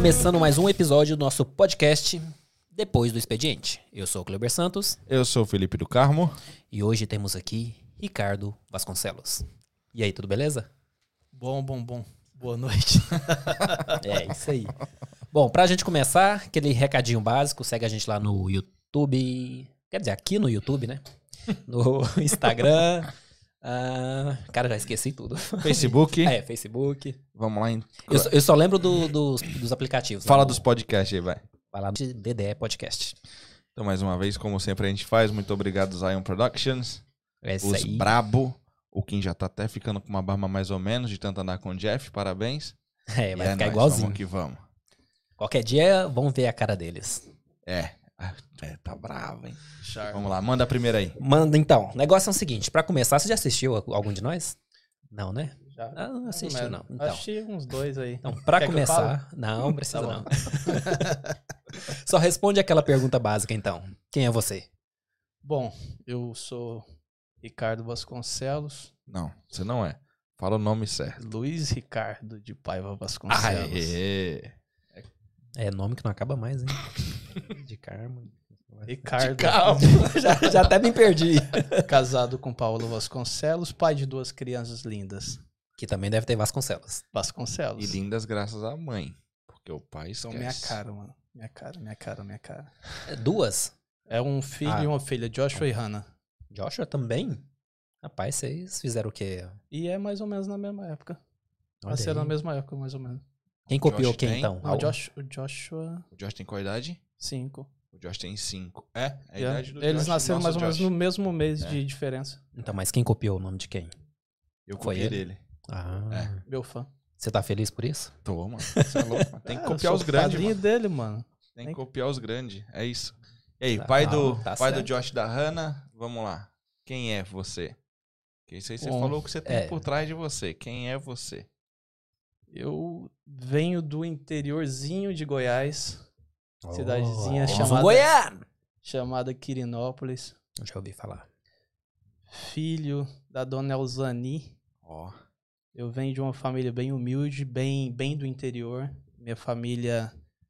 Começando mais um episódio do nosso podcast Depois do Expediente. Eu sou o Cleber Santos. Eu sou o Felipe do Carmo. E hoje temos aqui Ricardo Vasconcelos. E aí, tudo beleza? Bom. Boa noite. É, isso aí. Bom, pra gente começar, aquele recadinho básico, segue a gente lá no YouTube. Quer dizer, aqui no YouTube, né? No Instagram. Cara, já esqueci tudo. Facebook. Facebook. Vamos lá. Eu só lembro dos aplicativos. Fala dos podcasts aí, vai. Vai lá de DDE Podcast. Então, mais uma vez, como sempre a gente faz, muito obrigado, Zion Productions. É isso Os aí. brabo. O Kim já tá até ficando com uma barba mais ou menos, de tanto andar com o Jeff. Parabéns. É, vai E ficar nóis, igualzinho. Vamos que vamos. Qualquer dia, vamos ver a cara deles. Tá bravo, hein? Charme. Vamos lá, manda a primeira aí. Manda então. O negócio é o seguinte, pra começar, você já assistiu algum de nós? Não, né? Já. Não assistiu, não. Então, Assisti uns dois aí. então pra Quer que eu começar... Não precisa Tá não. bom. Só responde aquela pergunta básica, então. Quem é você? Bom, eu sou Ricardo Vasconcelos. Não, você não é. Fala o nome certo. Luiz Ricardo de Paiva Vasconcelos. Aê. É nome que não acaba mais, hein? De Carmo. Ricardo, já até me perdi. casado com Paulo Vasconcelos, pai de duas crianças lindas. Que também deve ter Vasconcelos. Vasconcelos. E lindas graças à mãe. Porque o pai Então, esquece. minha cara, mano. Minha cara. Duas? É um filho e uma filha, Joshua e Hannah. Joshua também? Rapaz, vocês fizeram o quê? E é mais ou menos na mesma época. Olha Nasceram aí. na mesma época, mais ou menos. Quem copiou Josh quem, tem? então? Não, o Joshua, O Josh tem qual idade? 5. O Josh tem 5. É, a idade do Eles Josh, nasceram nosso mais ou menos Josh. no mesmo mês É. de diferença. Então, mas quem copiou o nome de quem? Eu Foi copiei ele? dele. Ah, Meu fã. você tá feliz por isso? Tô, mano. Você é louco, mano. Tem que Eu copiar sou os grandes, padrinho mano. dele, mano. Tem que copiar os grandes. É isso. E aí, Tá, pai tá do certo. Josh da Hannah, vamos lá. Quem é você? Que isso aí você Bom, falou que você tem é. por trás de você. Quem é você? Eu venho do interiorzinho de Goiás, cidadezinha Temos um chamada- goiano! chamada Quirinópolis. Já ouvi falar. Filho da dona Elzani. Ó. Eu venho de uma família bem humilde, bem do interior. Minha família...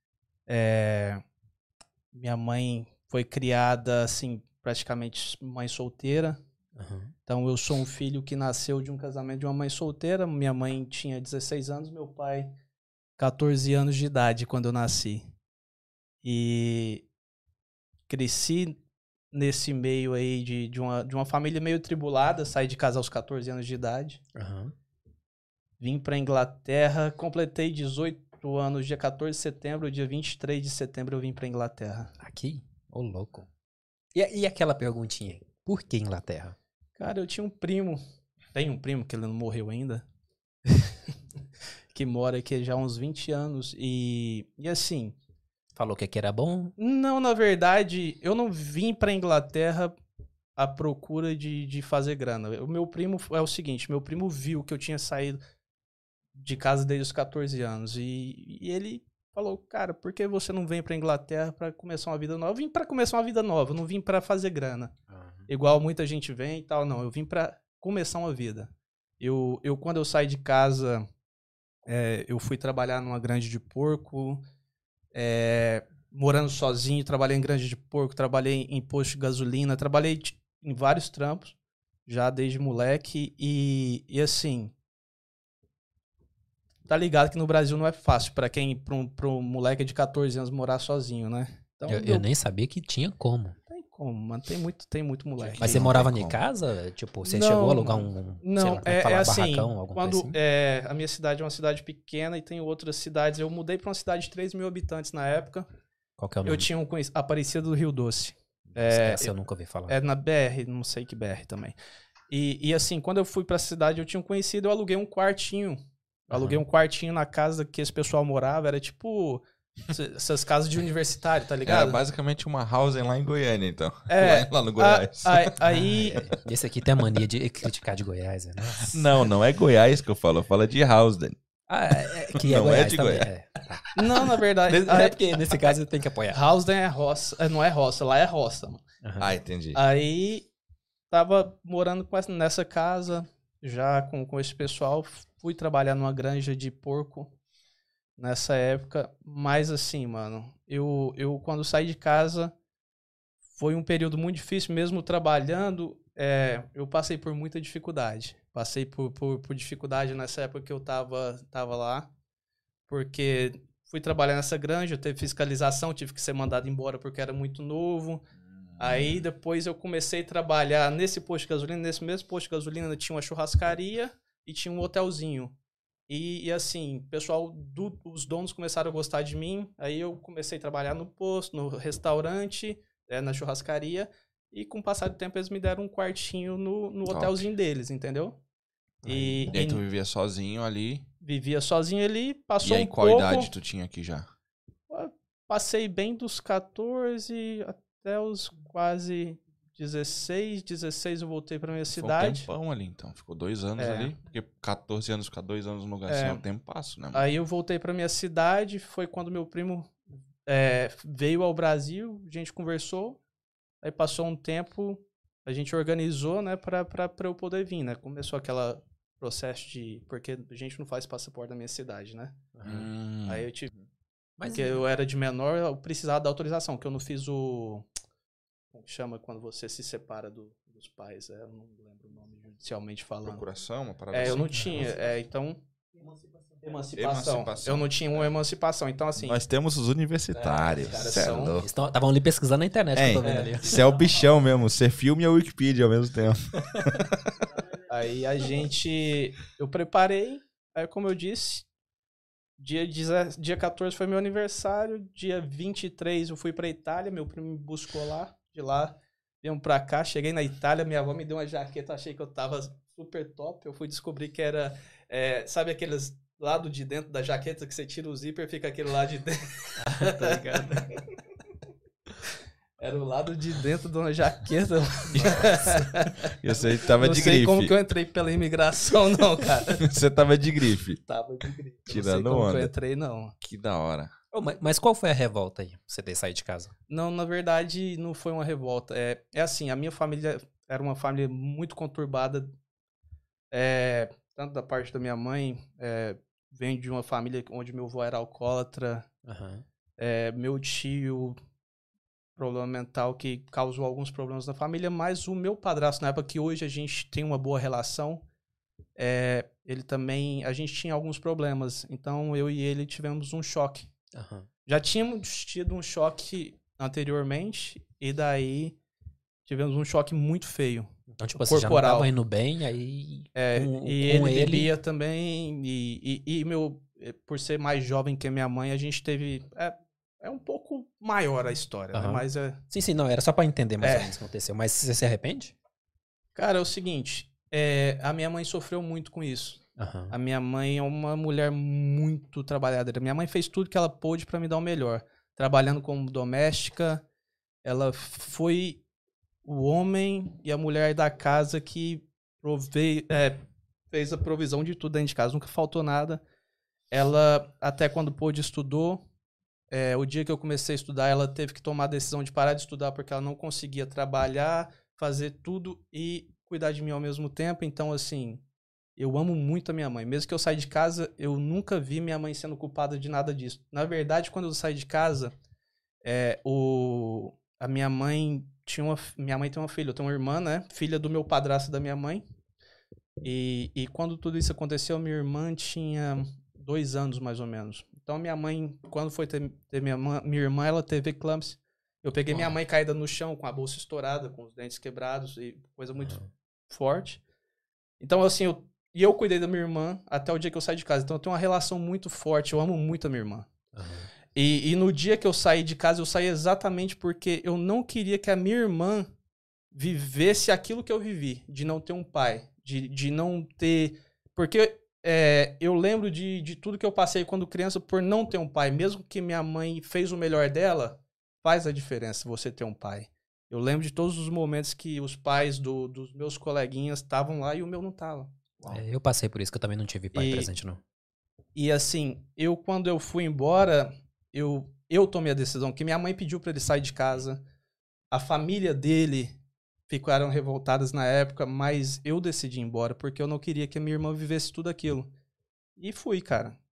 Minha mãe foi criada, assim, praticamente mãe solteira. Uhum. Então, eu sou um filho que nasceu de um casamento de uma mãe solteira. Minha mãe tinha 16 anos, meu pai 14 anos de idade quando eu nasci. E cresci nesse meio aí de uma família meio tribulada. Saí de casa aos 14 anos de idade. Uhum. Vim para Inglaterra, completei 18 anos dia 14 de setembro. Dia 23 de setembro eu vim para Inglaterra. Aqui? Ô, louco. E aquela perguntinha? Por que Inglaterra? Cara, eu tinha um primo, tem um primo que ele não morreu ainda, que mora aqui já há uns 20 anos e assim, Falou que aqui era bom? não, na verdade, eu não vim pra Inglaterra à procura de fazer grana. O meu primo, é o seguinte, meu primo viu que eu tinha saído de casa desde os 14 anos e ele falou, cara, por que você não vem pra Inglaterra pra começar uma vida nova? Eu vim pra começar uma vida nova, eu não vim pra fazer grana. Igual muita gente vem e tal, não. Eu vim pra começar uma vida. Eu quando eu saí de casa, eu fui trabalhar numa granja de porco, morando sozinho, trabalhei em granja de porco, trabalhei em posto de gasolina, trabalhei em vários trampos, já desde moleque, e assim, tá ligado que no Brasil não é fácil pra um moleque de 14 anos morar sozinho, né? Então, Eu nem sabia que tinha como. tem como, mano, tem muito moleque. Mas você não morava tem em como. casa? Tipo, você Não, chegou a alugar um... sei Não, lá, como falar, assim, barracão, alguma quando coisa assim? a minha cidade é uma cidade pequena e tem outras cidades, eu mudei pra uma cidade de 3 mil habitantes na época, Qual que é o nome? eu tinha Aparecida do Rio Doce, Essa eu nunca ouvi falar. é na BR, não sei que BR também, e assim, quando eu fui pra cidade, eu tinha um conhecido, eu aluguei um quartinho, na casa que esse pessoal morava, era tipo essas casas de universitário, tá Era ligado? basicamente uma house lá em Goiânia, então. É, Lá no Goiás. Aí, Esse aqui tem a mania de criticar de Goiás, né? Não é Goiás que eu falo de Housden. Que é Não é Goiás de também. Goiás. não, na verdade, É porque nesse caso tem que apoiar. Housden é roça, não é roça, lá é roça, mano. Uhum. Ah, entendi. Aí, tava morando nessa casa, já com esse pessoal, fui trabalhar numa granja de porco. nessa época. Mas assim, mano, eu quando saí de casa, foi um período muito difícil, mesmo trabalhando, eu passei por muita dificuldade. Passei por dificuldade nessa época que eu tava lá, porque fui trabalhar nessa granja, teve fiscalização, tive que ser mandado embora porque era muito novo. Aí depois eu comecei a trabalhar nesse posto de gasolina, nesse mesmo posto de gasolina tinha uma churrascaria e tinha um hotelzinho. E assim, pessoal, os donos começaram a gostar de mim, aí eu comecei a trabalhar no posto, no restaurante, na churrascaria, e com o passar do tempo eles me deram um quartinho no hotelzinho deles, entendeu? E aí tu vivia sozinho ali? Vivia sozinho ali, passou e aí, um qual pouco... idade tu tinha aqui já? Passei bem dos 14 até os quase 16 eu voltei pra minha cidade. Foi um tempão ali, então. Ficou 2 anos ali. Porque 14 anos, ficar 2 anos no lugar assim é um tempo passo, né? Mano? Aí eu voltei pra minha cidade, foi quando meu primo veio ao Brasil, a gente conversou, aí passou um tempo, a gente organizou, né, pra eu poder vir, né? Começou aquele processo porque a gente não faz passaporte na minha cidade, né? Aí eu tive... Porque eu era de menor, eu precisava da autorização, que eu não fiz o... Como que chama quando você se separa dos pais? Eu não lembro o nome judicialmente falando. Procuração, uma parada eu assim? não tinha. Então... Emancipação. Eu não tinha uma emancipação. Então, assim... Nós temos os universitários. Eles estavam ali pesquisando na internet, que eu tô vendo ali. Você é o bichão mesmo. Você filme e a Wikipedia ao mesmo tempo. Aí eu preparei, aí como eu disse... Dia 14 foi meu aniversário, dia 23 eu fui pra Itália, meu primo me buscou lá, de lá viemos pra cá, cheguei na Itália, minha avó me deu uma jaqueta, achei que eu tava super top, eu fui descobrir que era, sabe aqueles lado de dentro da jaqueta que você tira o zíper, fica aquele lado de dentro. Tá ligado? Era o lado de dentro de uma jaqueta. E você tava de grife. Não sei como que eu entrei pela imigração, não, cara. Você tava de grife. Tava de grife. Tirando não sei como onda. que eu entrei, não. Que da hora. Mas qual foi a revolta aí, você ter saído de casa? Não, na verdade, não foi uma revolta. É assim, a minha família era uma família muito conturbada. Tanto da parte da minha mãe, vem de uma família onde meu avô era alcoólatra. Uhum. Meu tio... problema mental que causou alguns problemas na família, mas o meu padrasto, na época que hoje a gente tem uma boa relação, ele também, a gente tinha alguns problemas, então eu e ele tivemos um choque. Uhum. Já tínhamos tido um choque anteriormente, e daí tivemos um choque muito feio. Então, tipo assim, já não tava indo bem, aí... e ele bebia também, e por ser mais jovem que a minha mãe, a gente teve... É um pouco maior a história, né? Mas Sim, não, era só pra entender mais ou menos o que aconteceu. Mas você se arrepende? Cara, é o seguinte, a minha mãe sofreu muito com isso. Uhum. A minha mãe é uma mulher muito trabalhadora. Minha mãe fez tudo que ela pôde pra me dar o melhor. Trabalhando como doméstica, ela foi o homem e a mulher da casa que fez a provisão de tudo dentro de casa. Nunca faltou nada. Ela, até quando pôde, estudou. O dia que eu comecei a estudar, ela teve que tomar a decisão de parar de estudar porque ela não conseguia trabalhar, fazer tudo e cuidar de mim ao mesmo tempo. Então, assim, eu amo muito a minha mãe. Mesmo que eu saia de casa, eu nunca vi minha mãe sendo culpada de nada disso. Na verdade, quando eu saí de casa, a minha mãe minha mãe tem uma filha, eu tenho uma irmã, né? Filha do meu padrasto da minha mãe. E quando tudo isso aconteceu, minha irmã tinha 2 anos, mais ou menos. Então, minha mãe, quando foi ter minha irmã, ela teve eclâmpsia. Eu peguei minha mãe caída no chão, com a bolsa estourada, com os dentes quebrados, e coisa muito forte. Então, assim, eu cuidei da minha irmã até o dia que eu saí de casa. Então, eu tenho uma relação muito forte, eu amo muito a minha irmã. Uhum. E no dia que eu saí de casa, eu saí exatamente porque eu não queria que a minha irmã vivesse aquilo que eu vivi, de não ter um pai, de não ter... Porque... eu lembro de tudo que eu passei quando criança por não ter um pai. Mesmo que minha mãe fez o melhor dela, faz a diferença você ter um pai. Eu lembro de todos os momentos que os pais dos meus coleguinhas estavam lá e o meu não estava. Eu passei por isso, que eu também não tive pai presente, não. E assim, quando eu fui embora, eu tomei a decisão que minha mãe pediu para ele sair de casa. A família dele... ficaram revoltadas na época, mas eu decidi ir embora porque eu não queria que a minha irmã vivesse tudo aquilo. E fui, cara.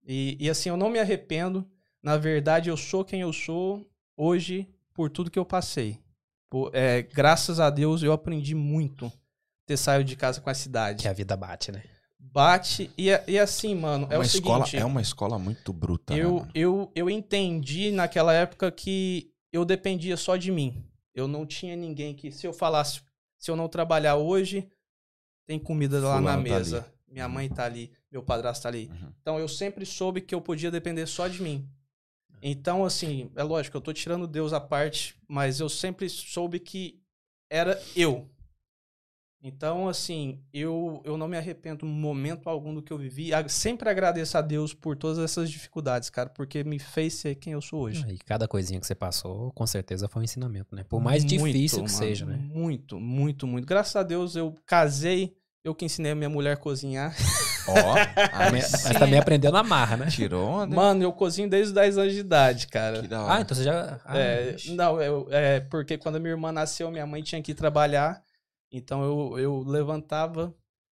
E assim, eu não me arrependo. Na verdade, eu sou quem eu sou hoje por tudo que eu passei. Graças a Deus, eu aprendi muito ter saído de casa com essa idade. Que a vida bate, né? Bate. E assim, mano, é o seguinte... É uma escola muito bruta, né, mano? Eu entendi naquela época que eu dependia só de mim. Eu não tinha ninguém que... Se eu falasse, se eu não trabalhar hoje, tem comida lá na Fulano tá mesa. ali. Minha mãe tá ali, meu padrasto tá ali. Uhum. Então eu sempre soube que eu podia depender só de mim. Então, assim, é lógico, eu tô tirando Deus à parte, mas eu sempre soube que era eu. Então, assim, eu não me arrependo em momento algum do que eu vivi. Sempre agradeço a Deus por todas essas dificuldades, cara, porque me fez ser quem eu sou hoje. E cada coisinha que você passou, com certeza foi um ensinamento, né? Por mais Muito, difícil que mano, seja, né? Muito, muito, muito. Graças a Deus eu casei, eu que ensinei a minha mulher a cozinhar. Ó, Mas também aprendeu na marra, né? tirou, né? Mano, eu cozinho desde os 10 anos de idade, cara. Que da hora. Ah, então você já... Não, porque quando a minha irmã nasceu, minha mãe tinha que ir trabalhar. Então eu levantava,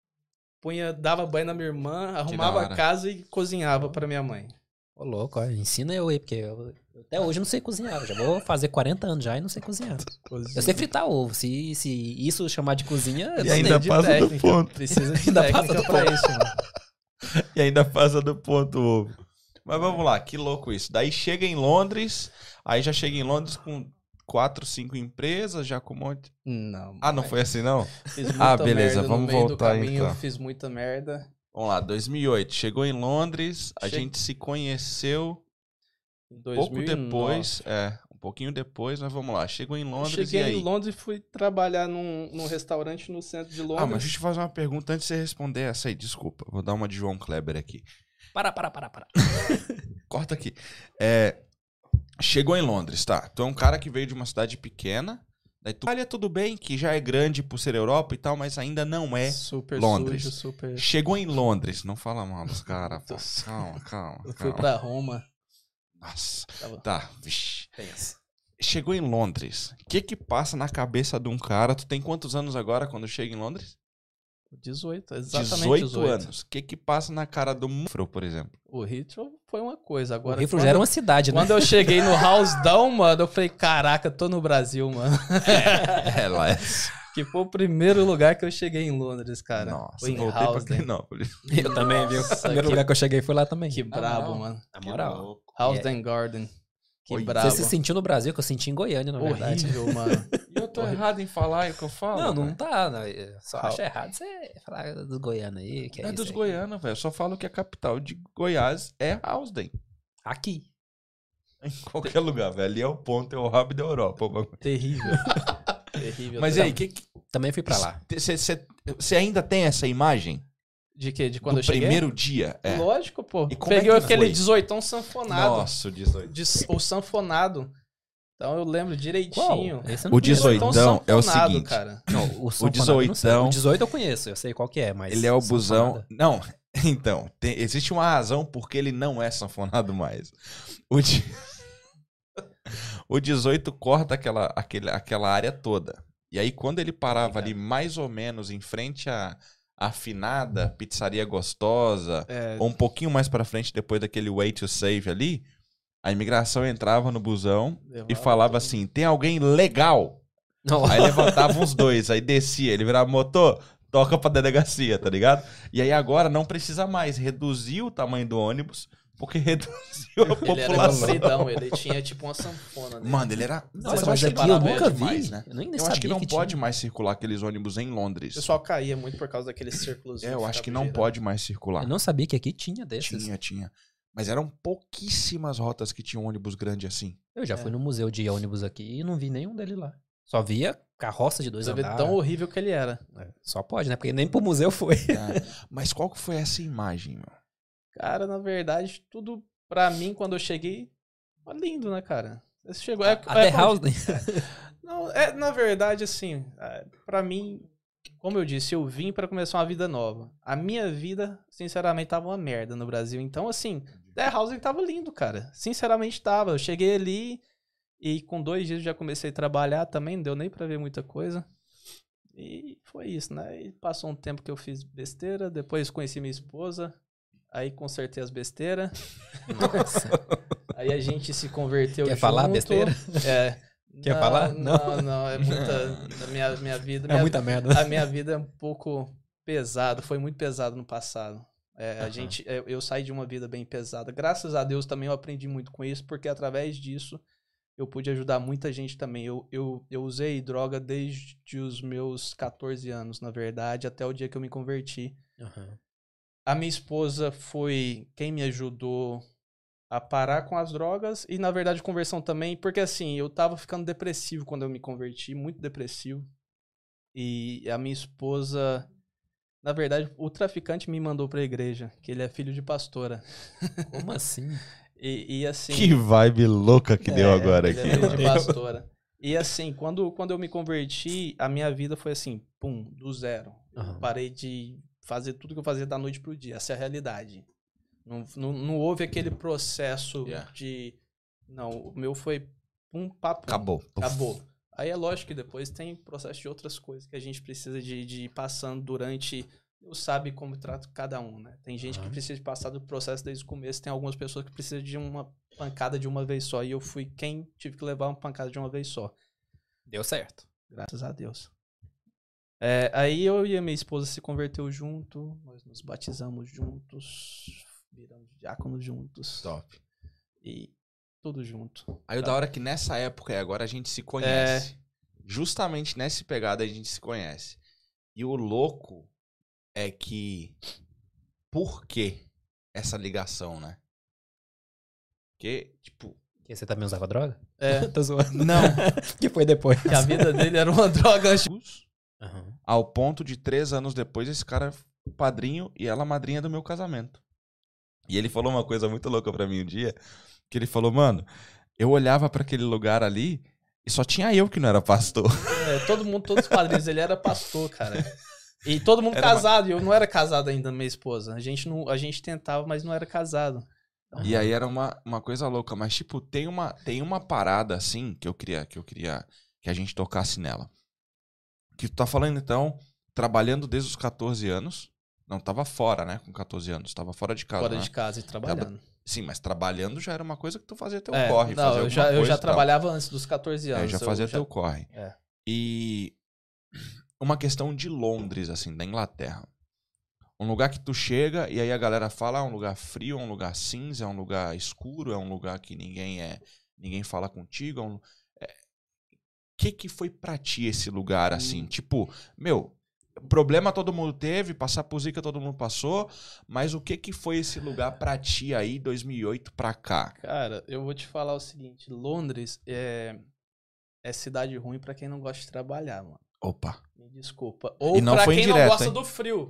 dava banho na minha irmã, arrumava hora. a casa e cozinhava pra minha mãe. Ô, louco, ó, ensina eu aí, porque eu até hoje não sei cozinhar. Eu já vou fazer 40 anos já e não sei cozinhar. Eu sei fritar ovo. Se isso chamar de cozinha, eu E não ainda sei. passa do ponto. Precisa de Ainda técnica passa do pra ponto. isso, mano. E ainda passa do ponto o ovo. Mas vamos lá, que louco isso. Daí chega em Londres, aí já chega em Londres com 4, 5 empresas, já com um monte... Não. Ah, não foi assim não? Fiz muita beleza, merda vamos no meio do voltar caminho, então. fiz muita merda. Vamos lá, 2008. Chegou em Londres, a Che- gente se conheceu Em pouco 2009. depois. Um pouquinho depois, mas vamos lá. Chegou em Londres Cheguei e aí? em Londres e fui trabalhar num restaurante no centro de Londres. Ah, mas deixa eu te fazer uma pergunta antes de você responder essa aí. Desculpa, vou dar uma de João Kleber aqui. Para. Corta aqui. Chegou em Londres, tá? Tu é um cara que veio de uma cidade pequena. Daí tu olha, tudo bem, que já é grande por ser Europa e tal, mas ainda não é. Super Londres. sujo, super... Chegou em Londres. Não fala mal dos caras, pô. Calma. Eu fui pra Roma. Nossa. Tava Tá, vixi. tenso. Chegou em Londres. O que passa na cabeça de um cara? Tu tem quantos anos agora quando chega em Londres? 18, exatamente 18 anos. O que passa na cara do Heathrow, por exemplo? O Heathrow foi uma coisa. O Agora, Heathrow já era uma cidade, né? quando eu cheguei no Housedown, mano, eu falei, caraca, tô no Brasil, mano. Lá é. Que foi o primeiro lugar que eu cheguei em Londres, cara. Nossa, foi em voltei pra Housden. Clinópolis. Eu também, viu? O Nossa, primeiro que- lugar que eu cheguei foi lá também. Que brabo, moral. mano. Na moral. Housden Garden. Que Oi, brabo. Você se sentiu no Brasil, que eu senti em Goiânia, na verdade. Horrível, mano. E eu tô errado em falar o que eu falo? Não, não velho? tá. Não. Eu só acho errado você falar dos goianos aí. Que é É isso dos aí. goianos, velho. Eu só falo que a capital de Goiás é Housden. Aqui. Em qualquer lugar, velho. Ali é o ponto, é o hub da Europa. o bagulho. Terrível. Terrível. Mas e aí, Também fui pra lá. você ainda tem essa imagem De quê? De quando do eu cheguei? primeiro dia? É. Lógico, pô. E como é Peguei que aquele foi? 18ão sanfonado. Nossa, o 18. O sanfonado. Então eu lembro direitinho. Esse eu não O conheço. 18ão é o sanfonado, seguinte. cara. Não, o sanfonado eu não sei. 18ão. O 18 eu conheço, eu sei qual que é, mas... Ele é o busão. sanfonada- Não, então, existe uma razão porque ele não é sanfonado mais. O 18 corta aquela área toda. E aí, quando ele parava ali mais ou menos em frente à afinada pizzaria gostosa, É, ou um pouquinho mais pra frente, depois daquele Way to Save ali, a imigração entrava no busão e falava assim: tem alguém legal? Não, Aí levantava uns dois, aí descia, ele virava motor, toca pra delegacia, tá ligado? E aí agora não precisa mais, reduziu o tamanho do ônibus, porque reduziu a Ele era população. compridão, ele tinha tipo uma sanfona. Né? Mano, ele era... Nossa, eu mas acho que aqui eu parava nunca demais, vi. né? Eu nem Eu sabia acho que não pode tinha. mais circular aqueles ônibus em O Londres. pessoal caía muito por causa daqueles círculos. Eu acho que não pode mais circular. Eu não sabia que aqui tinha desses. Tinha. Mas eram pouquíssimas rotas que tinham ônibus grande assim. Eu já fui no museu de ônibus aqui e não vi nenhum dele lá. Só via carroça de 2 Você vê andares. tão horrível que ele era. Só pode, né? Porque nem pro museu foi. Mas qual que foi essa imagem, meu? Cara, na verdade, tudo pra mim, quando eu cheguei, foi lindo, né, cara? Você chegou... Até Housden. Não, na verdade, assim, pra mim, como eu disse, eu vim pra começar uma vida nova. A minha vida, sinceramente, tava uma merda no Brasil. Então, assim, The Housing tava lindo, cara. Sinceramente tava. Eu cheguei ali e com 2 dias já comecei a trabalhar também, não deu nem pra ver muita coisa. E foi isso, né? E passou um tempo que eu fiz besteira, depois conheci minha esposa. Aí consertei as besteiras. Nossa. Aí a gente se converteu Quer junto. falar besteira? É. Quer falar? Não. É muita... minha vida... É muita merda. A minha vida é um pouco pesada. Foi muito pesado no passado. Eu saí de uma vida bem pesada. Graças a Deus também eu aprendi muito com isso, porque através disso eu pude ajudar muita gente também. Eu usei droga desde os meus 14 anos, na verdade, até o dia que eu me converti. Uhum. A minha esposa foi quem me ajudou a parar com as drogas e, na verdade, conversão também, porque assim, eu tava ficando depressivo quando eu me converti, muito depressivo. E a minha esposa, na verdade, o traficante me mandou pra igreja, que ele é filho de pastora. Como assim? E assim... Que vibe louca que deu agora ele aqui. é filho de pastora. E assim, quando eu me converti, a minha vida foi assim, pum, do zero. Eu Uhum. parei de fazer tudo que eu fazia da noite pro dia. Essa é a realidade. Não houve aquele processo de... Não, o meu foi pum, papo. Acabou. Aí é lógico que depois tem processo de outras coisas que a gente precisa de ir passando durante... Deus sabe como trata cada um, né? Tem gente que precisa de passar do processo desde o começo. Tem algumas pessoas que precisam de uma pancada de uma vez só. E eu fui quem tive que levar uma pancada de uma vez só. Deu certo. Graças a Deus. Aí eu e a minha esposa se converteu junto. Nós nos batizamos juntos. Viramos diáconos juntos. Top. E tudo junto. Aí o da hora é que nessa época e agora a gente se conhece. Justamente nessa pegada a gente se conhece. E o louco é que... Por que essa ligação, né? Porque, tipo... Que você também usava droga? É. Tô zoando. Não. Que foi depois. Que a vida dele era uma droga. Uhum. Ao ponto de 3 anos depois, esse cara é padrinho e ela madrinha do meu casamento. E ele falou uma coisa muito louca pra mim um dia, que ele falou, mano, eu olhava pra aquele lugar ali e só tinha eu que não era pastor. Todos os padrinhos dele era pastor, cara. E todo mundo casado. E eu não era casado ainda, minha esposa. A gente tentava, mas não era casado. E aí era uma coisa louca. Mas, tipo, tem uma parada, assim, que eu queria que a gente tocasse nela. Que tu tá falando, então, trabalhando desde os 14 anos. Não, tava fora, né? Com 14 anos. Tava fora de casa, Fora né? de casa e trabalhando. Sim, mas trabalhando já era uma coisa que tu fazia teu É, corre. não, fazia eu alguma já coisa e tal. trabalhava antes dos 14 anos. Eu já fazia teu corre. É. E uma questão de Londres, assim, da Inglaterra. Um lugar que tu chega e aí a galera fala, é um lugar frio, é um lugar cinza, é um lugar escuro, é um lugar que ninguém fala contigo. O que foi pra ti esse lugar, assim? Tipo, meu, problema todo mundo teve, passar por zica todo mundo passou, mas o que foi esse lugar pra ti aí, 2008 pra cá? Cara, eu vou te falar o seguinte, Londres é cidade ruim pra quem não gosta de trabalhar, mano. Opa. Me desculpa. Ou E não pra foi quem indireto, não gosta hein? do frio.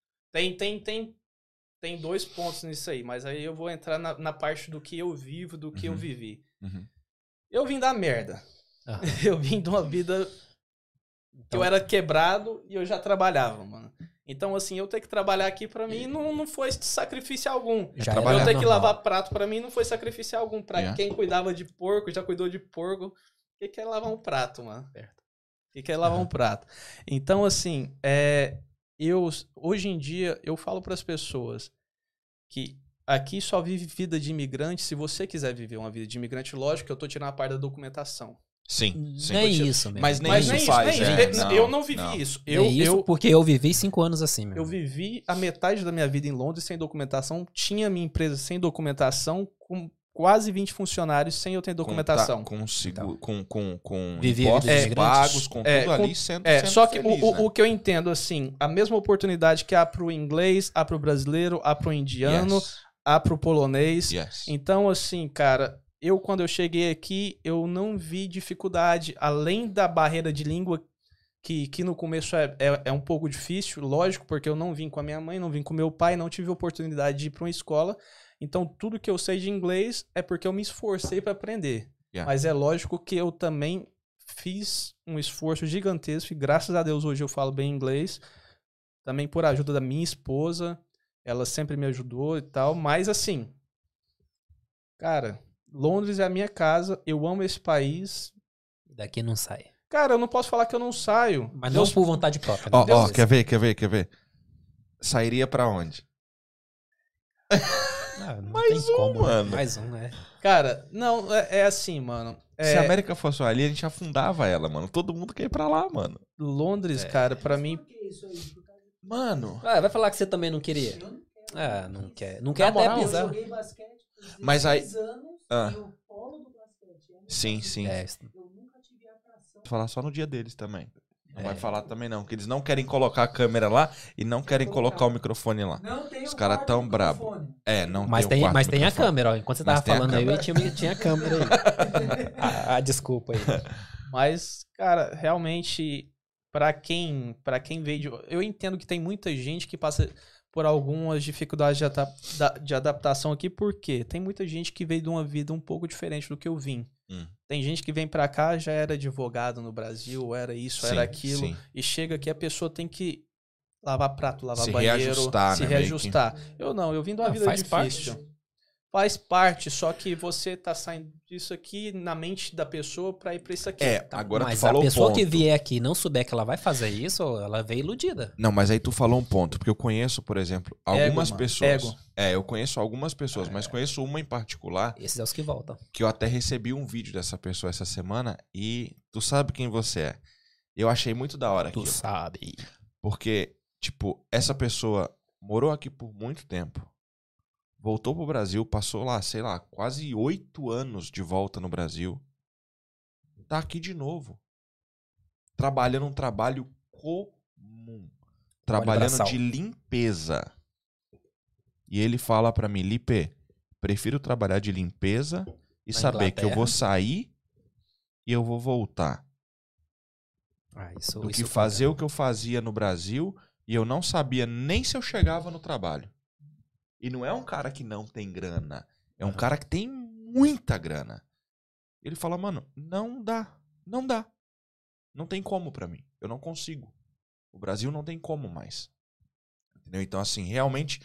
Tem 2 pontos nisso aí, mas aí eu vou entrar na parte do que eu vivo, do que eu vivi. Uhum. Eu vim da merda. Ah. Eu vim de uma vida que eu era quebrado e eu já trabalhava, mano. Então, assim, eu ter que trabalhar aqui pra mim não foi sacrifício algum. Já Eu era ter que normal. lavar prato pra mim não foi sacrifício algum. Pra Yeah. quem cuidava de porco, já cuidou de porco, o que é lavar um prato, mano? Certo. O que é lavar um prato? Então, assim, hoje em dia, eu falo pras pessoas que aqui só vive vida de imigrante se você quiser viver uma vida de imigrante. Lógico que eu tô tirando a parte da documentação. Sim, sim. Nem isso mesmo. Mas nem Mas isso nem faz, isso, é. nem isso. Eu não vivi isso. Porque eu vivi 5 anos assim, meu. Eu vivi a metade da minha vida em Londres sem documentação, tinha minha empresa sem documentação, com quase 20 funcionários sem eu ter documentação. Com seguro, com Vivia a vida impostos de pagos, com tudo com- ali, sendo Só que feliz, né? o que eu entendo, assim, a mesma oportunidade que há pro inglês, há pro brasileiro, há pro indiano, há pro polonês. Yes. Então, assim, cara, quando eu cheguei aqui, eu não vi dificuldade, além da barreira de língua, que no começo é um pouco difícil, lógico, porque eu não vim com a minha mãe, não vim com meu pai, não tive oportunidade de ir para uma escola. Então, tudo que eu sei de inglês é porque eu me esforcei para aprender. Yeah. Mas é lógico que eu também fiz um esforço gigantesco e graças a Deus hoje eu falo bem inglês. Também por ajuda da minha esposa, ela sempre me ajudou e tal. Mas assim, cara, Londres é a minha casa, eu amo esse país. Daqui não sai. Cara, eu não posso falar que eu não saio. Mas não por vontade própria. Ó, né? quer ver? Sairia pra onde? Não Mais tem um, como, né? mano. Mais um, né? Cara, não, é assim, mano. Se a América fosse ali, a gente afundava ela, mano. Todo mundo quer ir pra lá, mano. Londres, cara, pra mim... Mano. Ah, vai falar que você também não queria. Ah, não quer. Não quer até moral, pisar. Eu joguei basquete por Mas aí- 16 anos Ah. e o polo do basquete é Sim, sim. É, eu nunca tive atração. Vou falar só no dia deles também. Não É. vai falar também não, que eles não querem colocar a câmera lá e não querem colocar o microfone lá. Não tem Os o caras quarto tão microfone. brabo. É, não Mas tem tem, o quarto mas tem a microfone. câmera, ó. Enquanto você Mas tava tem a falando aí, câmera. tinha a câmera aí. Desculpa aí. Mas, cara, realmente, pra quem veio de... Eu entendo que tem muita gente que passa por algumas dificuldades de adaptação aqui, porque tem muita gente que veio de uma vida um pouco diferente do que eu vim. Tem gente que vem pra cá, já era advogado no Brasil, era isso, Sim, era aquilo, sim. e chega aqui, a pessoa tem que lavar prato, lavar Se banheiro, reajustar, se né, meio reajustar. Eu não, eu vim de uma vida faz difícil. Faz parte, só que você tá saindo disso aqui na mente da pessoa pra ir pra isso aqui. É, agora Mas tu falou a pessoa um ponto. que vier aqui e não souber que ela vai fazer isso, ela veio iludida. Não, mas aí tu falou um ponto, porque eu conheço, por exemplo, algumas mano, pessoas. ego. É, eu conheço algumas pessoas, mas conheço uma em particular Esses é os que voltam. que eu até recebi um vídeo dessa pessoa essa semana e tu sabe quem você é. Eu achei muito da hora aquilo. sabe. Porque, tipo, essa pessoa morou aqui por muito tempo. Voltou pro Brasil, passou lá, sei lá, quase 8 anos de volta no Brasil. Tá aqui de novo. Trabalhando um trabalho comum. Trabalhando braçal. de limpeza. E ele fala pra mim, Lipe, prefiro trabalhar de limpeza e Na saber que eu Inglaterra. vou sair e eu vou voltar. Isso, Do que isso fazer conta. o que eu fazia no Brasil e eu não sabia nem se eu chegava no trabalho. E não é um cara que não tem grana. É um cara que tem muita grana. Ele fala, mano, não dá. Não dá. Não tem como pra mim. Eu não consigo. O Brasil não tem como mais. Entendeu? Então, assim, realmente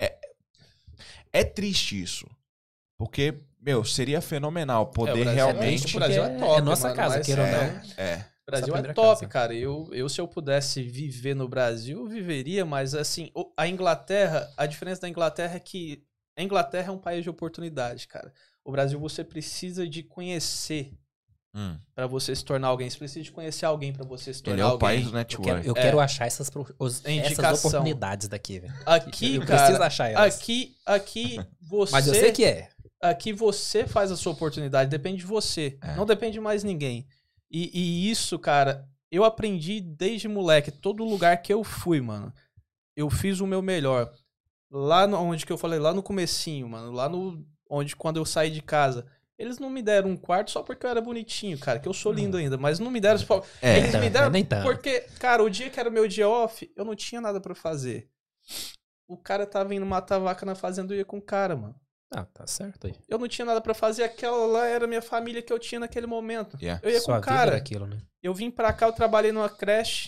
é triste isso. Porque, meu, seria fenomenal poder Brasil é realmente... triste, o Brasil é top, nossa mano, casa, mas queira ou não. O Brasil Essa é primeira top, casa. cara. Eu, se eu pudesse viver no Brasil, eu viveria, mas assim, a Inglaterra, a diferença da Inglaterra é que a Inglaterra é um país de oportunidade, cara. O Brasil você precisa de conhecer pra você se tornar alguém. Você precisa de conhecer alguém pra você se tornar Ele é o alguém. país do network. Eu quero achar essas Indicação. oportunidades daqui, velho. Aqui, Eu cara, preciso achar elas. aqui você... Mas eu sei que é. Aqui você faz a sua oportunidade, depende de você. É. Não depende de mais ninguém. E isso, cara, eu aprendi desde moleque. Todo lugar que eu fui, mano, eu fiz o meu melhor. Lá onde que eu falei, lá no comecinho, mano, lá no onde quando eu saí de casa, eles não me deram um quarto só porque eu era bonitinho, cara, que eu sou lindo ainda, mas não me deram só... Eles me deram nem tanto. porque, cara, o dia que era o meu dia off, eu não tinha nada pra fazer. O cara tava indo matar vaca na fazenda, eu ia com o cara, mano. Ah, tá certo aí. Eu não tinha nada pra fazer, aquela lá era a minha família que eu tinha naquele momento. Yeah. Eu ia Sua com o vida cara. era aquilo, né? Eu vim pra cá, eu trabalhei numa creche.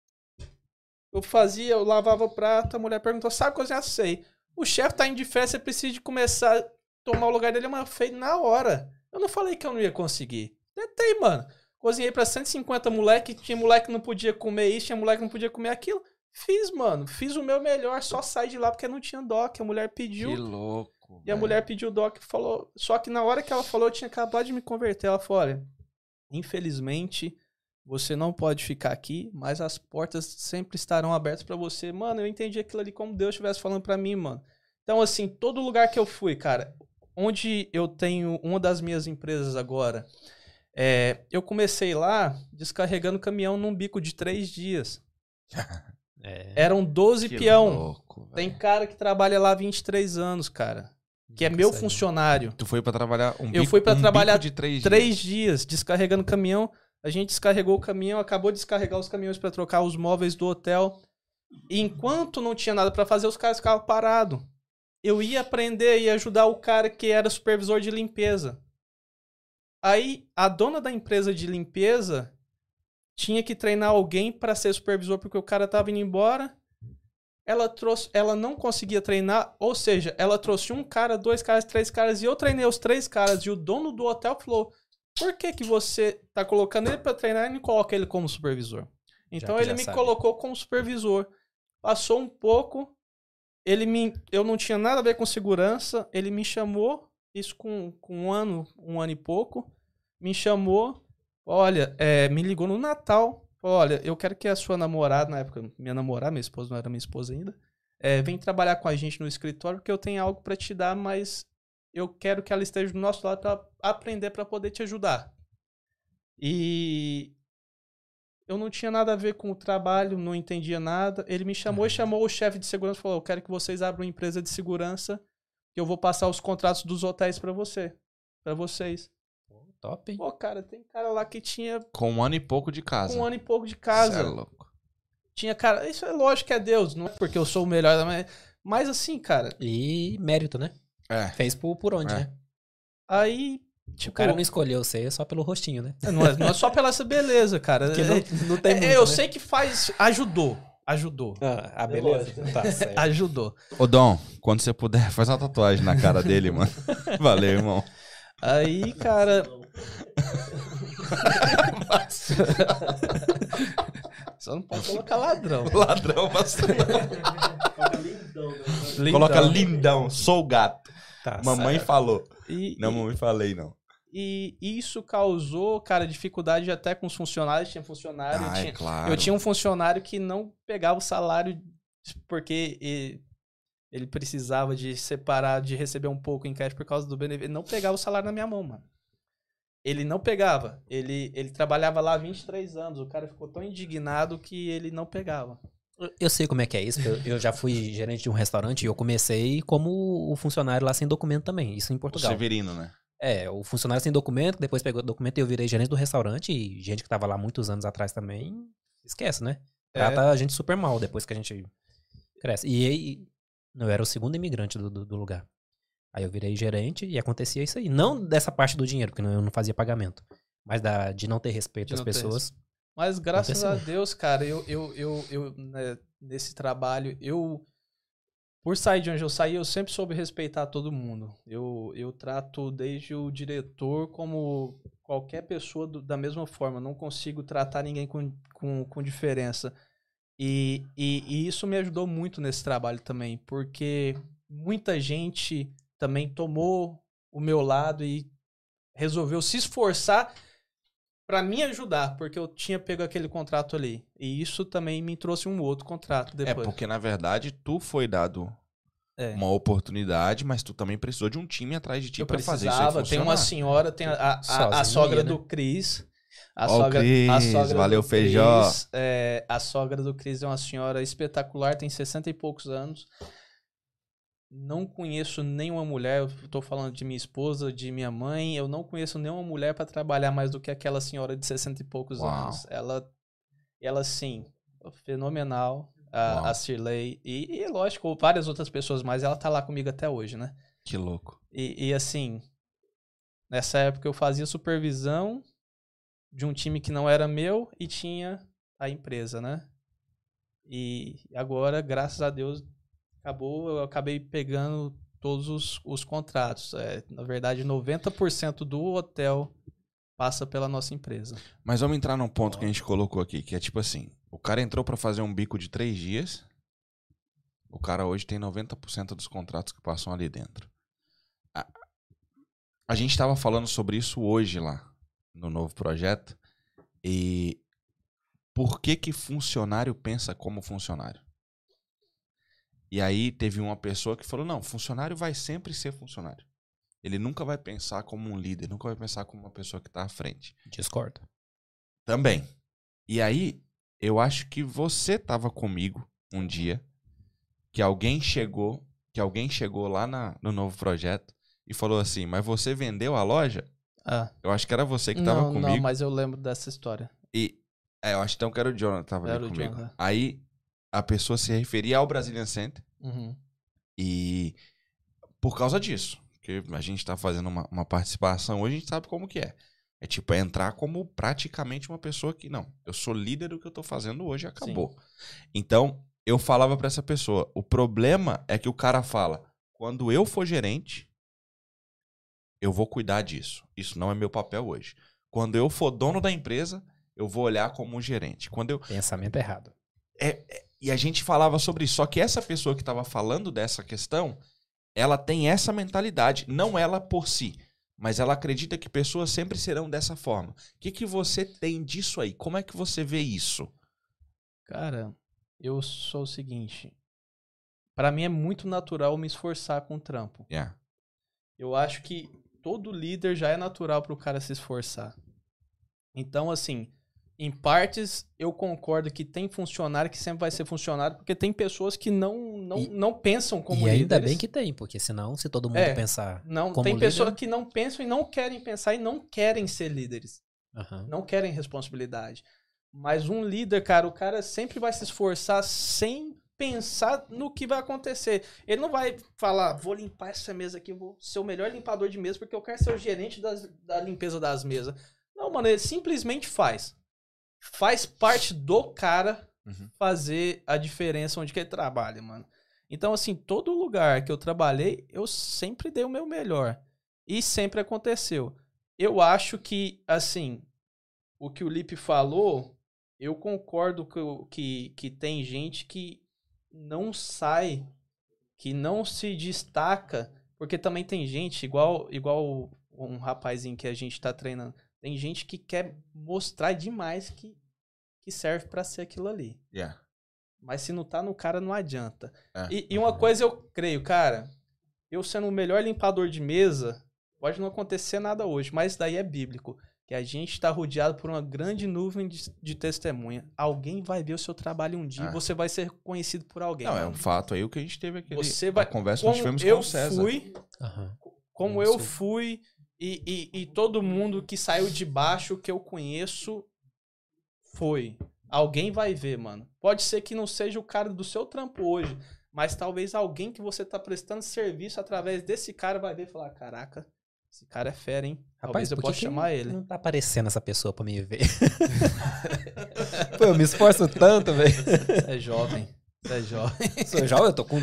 Eu lavava o prato, a mulher perguntou, sabe cozinhar? Sei. O chefe tá indo de festa, você precisa de começar a tomar o lugar dele, mas fez na hora. Eu não falei que eu não ia conseguir. Tentei, mano. Cozinhei pra 150 moleque, tinha moleque que não podia comer isso, tinha moleque que não podia comer aquilo. Fiz, mano. Fiz o meu melhor, só saí de lá porque não tinha doc. A mulher pediu. Que louco. E a mulher pediu o doc e falou... Só que na hora que ela falou, eu tinha acabado de me converter. Ela falou, olha, infelizmente, você não pode ficar aqui, mas as portas sempre estarão abertas pra você. Mano, eu entendi aquilo ali como Deus estivesse falando pra mim, mano. Então, assim, todo lugar que eu fui, cara, onde eu tenho uma das minhas empresas agora, eu comecei lá descarregando caminhão num bico de 3 dias. Eram 12 Que peão. louco, velho. Tem cara que trabalha lá há 23 anos, cara. Que é meu funcionário. Tu foi pra trabalhar Eu fui pra trabalhar de 3 3 dias descarregando caminhão. A gente descarregou o caminhão, acabou de descarregar os caminhões pra trocar os móveis do hotel. E enquanto não tinha nada pra fazer, os caras ficavam parados. Eu ia aprender e ajudar o cara que era supervisor de limpeza. Aí, a dona da empresa de limpeza tinha que treinar alguém pra ser supervisor porque o cara tava indo embora. Ela não conseguia treinar, ou seja, ela trouxe 1 cara, 2 caras, 3 caras, e eu treinei os 3 caras, e o dono do hotel falou, por que você tá colocando ele pra treinar e não coloca ele como supervisor? Então que ele já me sabe. colocou como supervisor. Passou um pouco, eu não tinha nada a ver com segurança, ele me chamou, isso com um ano e pouco, me chamou, olha, me ligou no Natal, falou, olha, eu quero que a sua namorada, na época, minha namorada, minha esposa não era minha esposa ainda, vem trabalhar com a gente no escritório, porque eu tenho algo para te dar, mas eu quero que ela esteja do nosso lado para aprender, para poder te ajudar. E eu não tinha nada a ver com o trabalho, não entendia nada. Ele me chamou e chamou o chefe de segurança e falou, eu quero que vocês abram uma empresa de segurança que eu vou passar os contratos dos hotéis para vocês. Top, hein? Pô, cara, tem cara lá que tinha Com 1 ano e pouco de casa. com 1 ano e pouco de casa. Cê é louco. Tinha cara, isso é lógico que é Deus, não é porque eu sou o melhor, mas assim, cara, E mérito, né? É. Fez por onde, É. né? aí, O tipo, cara não escolheu você só pelo rostinho, né? não é só pela essa beleza, cara. Porque não tem muito, eu né? sei que ajudou. Ah, beleza. Tá certo. Ajudou. Ô, Dom, quando você puder, faz uma tatuagem na cara dele, mano. Valeu, irmão. Aí, cara, só não pode colocar ladrão. Ladrão, pastor. Lindão. Coloca lindão, sou o gato. Tá Mamãe certo. falou. E, Não, mamãe falei, não. e isso causou, cara, dificuldade até com os funcionários. Tinha funcionário, Ah, é claro. eu tinha um funcionário que não pegava o salário porque ele precisava de separar, de receber um pouco em cash por causa do benefício. Ele não pegava o salário na minha mão, mano. Ele não pegava. Ele trabalhava lá há 23 anos. O cara ficou tão indignado que ele não pegava. Eu sei como é que é isso. Eu já fui gerente de um restaurante e eu comecei como o funcionário lá sem documento também. Isso em O Portugal. Severino, né? O funcionário sem documento, depois pegou o documento e eu virei gerente do restaurante. E gente que tava lá muitos anos atrás também, esquece, né? Trata a gente super mal depois que a gente cresce. E aí, eu era o segundo imigrante do lugar. Aí eu virei gerente e acontecia isso aí. Não dessa parte do dinheiro, porque eu não fazia pagamento. Mas de não ter respeito De das não ter pessoas. Mas graças a Aconteceu. Deus, cara, eu né, nesse trabalho, por sair de onde eu saí, eu sempre soube respeitar todo mundo. Eu trato desde o diretor como qualquer pessoa da mesma forma. Não consigo tratar ninguém com diferença. E isso me ajudou muito nesse trabalho também, porque muita gente também tomou o meu lado e resolveu se esforçar pra me ajudar, porque eu tinha pego aquele contrato ali. E isso também me trouxe um outro contrato depois. É porque, na verdade, tu foi dado É. uma oportunidade, mas tu também precisou de um time atrás de ti Eu pra fazer isso aí precisava, tem uma funcionar. senhora, tem a Sozinho sogra não ia, do Cris. Ó o Cris, valeu, do Feijó. Cris, a sogra do Cris é uma senhora espetacular, tem 60 e poucos anos. Não conheço nenhuma mulher, eu tô falando de minha esposa, de minha mãe, eu não conheço nenhuma mulher para trabalhar mais do que aquela senhora de 60 e poucos Uau. anos. Ela sim, fenomenal, Uau. a Cirlei, e lógico, várias outras pessoas mais, ela tá lá comigo até hoje, né? Que louco. E assim, nessa época eu fazia supervisão de um time que não era meu e tinha a empresa, né? E agora, graças a Deus, acabou, eu acabei pegando todos os contratos. Na verdade, 90% do hotel passa pela nossa empresa. Mas vamos entrar num ponto que a gente colocou aqui, que é tipo assim, o cara entrou pra fazer um bico de 3 dias, o cara hoje tem 90% dos contratos que passam ali dentro. A gente tava falando sobre isso hoje lá, no novo projeto, e por que funcionário pensa como funcionário? E aí teve uma pessoa que falou, não, funcionário vai sempre ser funcionário. Ele nunca vai pensar como um líder, nunca vai pensar como uma pessoa que tá à frente. Discordo. Também. E aí, eu acho que você tava comigo um dia, que alguém chegou lá no novo projeto e falou assim, mas você vendeu a loja? Ah, Eu acho que era você que tava comigo. não, mas eu lembro dessa história. E eu acho então que era o Jonathan que tava Era ali o comigo. Jonathan. Aí a pessoa se referia ao Brazilian Center Uhum. e por causa disso, porque a gente tá fazendo uma participação hoje, a gente sabe como que é. É tipo, é entrar como praticamente uma pessoa que, não, eu sou líder do que eu tô fazendo hoje, acabou. Então, eu falava pra essa pessoa, o problema é que o cara fala, quando eu for gerente, eu vou cuidar disso. Isso não é meu papel hoje. Quando eu for dono da empresa, eu vou olhar como um gerente. Pensamento errado. E a gente falava sobre isso. Só que essa pessoa que tava falando dessa questão, ela tem essa mentalidade. Não ela por si, mas ela acredita que pessoas sempre serão dessa forma. O que você tem disso aí? Como é que você vê isso? Cara, eu sou o seguinte. Pra mim é muito natural me esforçar com o trampo. Yeah. Eu acho que todo líder já é natural pro cara se esforçar. Então, assim, em partes eu concordo que tem funcionário que sempre vai ser funcionário, porque tem pessoas que não pensam como E líderes. ainda bem que tem, porque senão, se todo mundo pensar Não, como tem líder... pessoas que não pensam e não querem pensar e não querem ser líderes. Aham. Não querem responsabilidade. Mas um líder, cara, o cara sempre vai se esforçar sem pensar no que vai acontecer. Ele não vai falar, vou limpar essa mesa aqui, vou ser o melhor limpador de mesa porque eu quero ser o gerente da limpeza das mesas. Não, mano, ele simplesmente faz. Faz parte do cara fazer a diferença onde que ele trabalha, mano. Então, assim, todo lugar que eu trabalhei, eu sempre dei o meu melhor. E sempre aconteceu. Eu acho que, assim, o que o Lipe falou, eu concordo que tem gente que não sai, que não se destaca, porque também tem gente, igual um rapazinho que a gente tá treinando, tem gente que quer mostrar demais que serve pra ser aquilo ali. Yeah. Mas se não tá no cara, não adianta. É. E uma coisa eu creio, cara, eu sendo o melhor limpador de mesa, pode não acontecer nada hoje, mas isso daí é bíblico. Que a gente está rodeado por uma grande nuvem de testemunha. Alguém vai ver o seu trabalho um dia e você vai ser conhecido por alguém. Não, é mano. um fato aí o que a gente teve aqui. Você vai, A conversa que nós tivemos com eu o César. fui, Aham. como Isso. eu fui e todo mundo que saiu de baixo que eu conheço foi. Alguém vai ver, mano. Pode ser que não seja o cara do seu trampo hoje, mas talvez alguém que você tá prestando serviço através desse cara vai ver e falar, caraca, esse cara é fera, hein? Rapaz, Talvez eu por que possa que chamar ele. não tá aparecendo essa pessoa pra me ver? Pô, eu me esforço tanto, velho. Você é jovem. Você é jovem. Sou jovem, eu tô com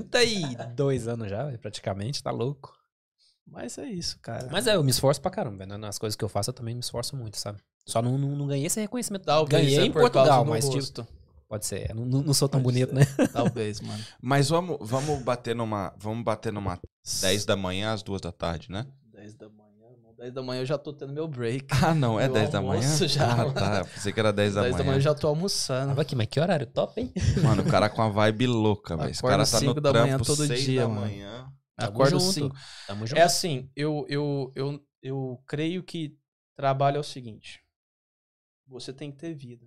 32 anos já, véio, praticamente, tá louco. Mas é isso, cara. Mas eu me esforço pra caramba, né? Nas coisas que eu faço eu também me esforço muito, sabe? Só não ganhei esse reconhecimento. Talvez Ganhei é em por causa Portugal, do mas tipo, rosto. pode ser. Eu não sou tão Pode bonito, ser. né? Talvez, mano. Mas vamos bater numa 10 da manhã às 2 da tarde, né? 10 da manhã, irmão. 10 da manhã eu já tô tendo meu break. Ah, não, é Meu 10 da manhã? almoço já. Ah, tá. Pensei que era 10 da 10 manhã. da manhã eu já tô almoçando. Tava aqui, mas que horário top, hein? Mano, o cara com a vibe louca, velho. Esse Acordo cara tá no 5 da manhã trampo todo 6 dia, da mano. manhã. Tamo Acordo junto. 5. Tamo junto. É assim, eu creio que trabalho é o seguinte. Você tem que ter vida.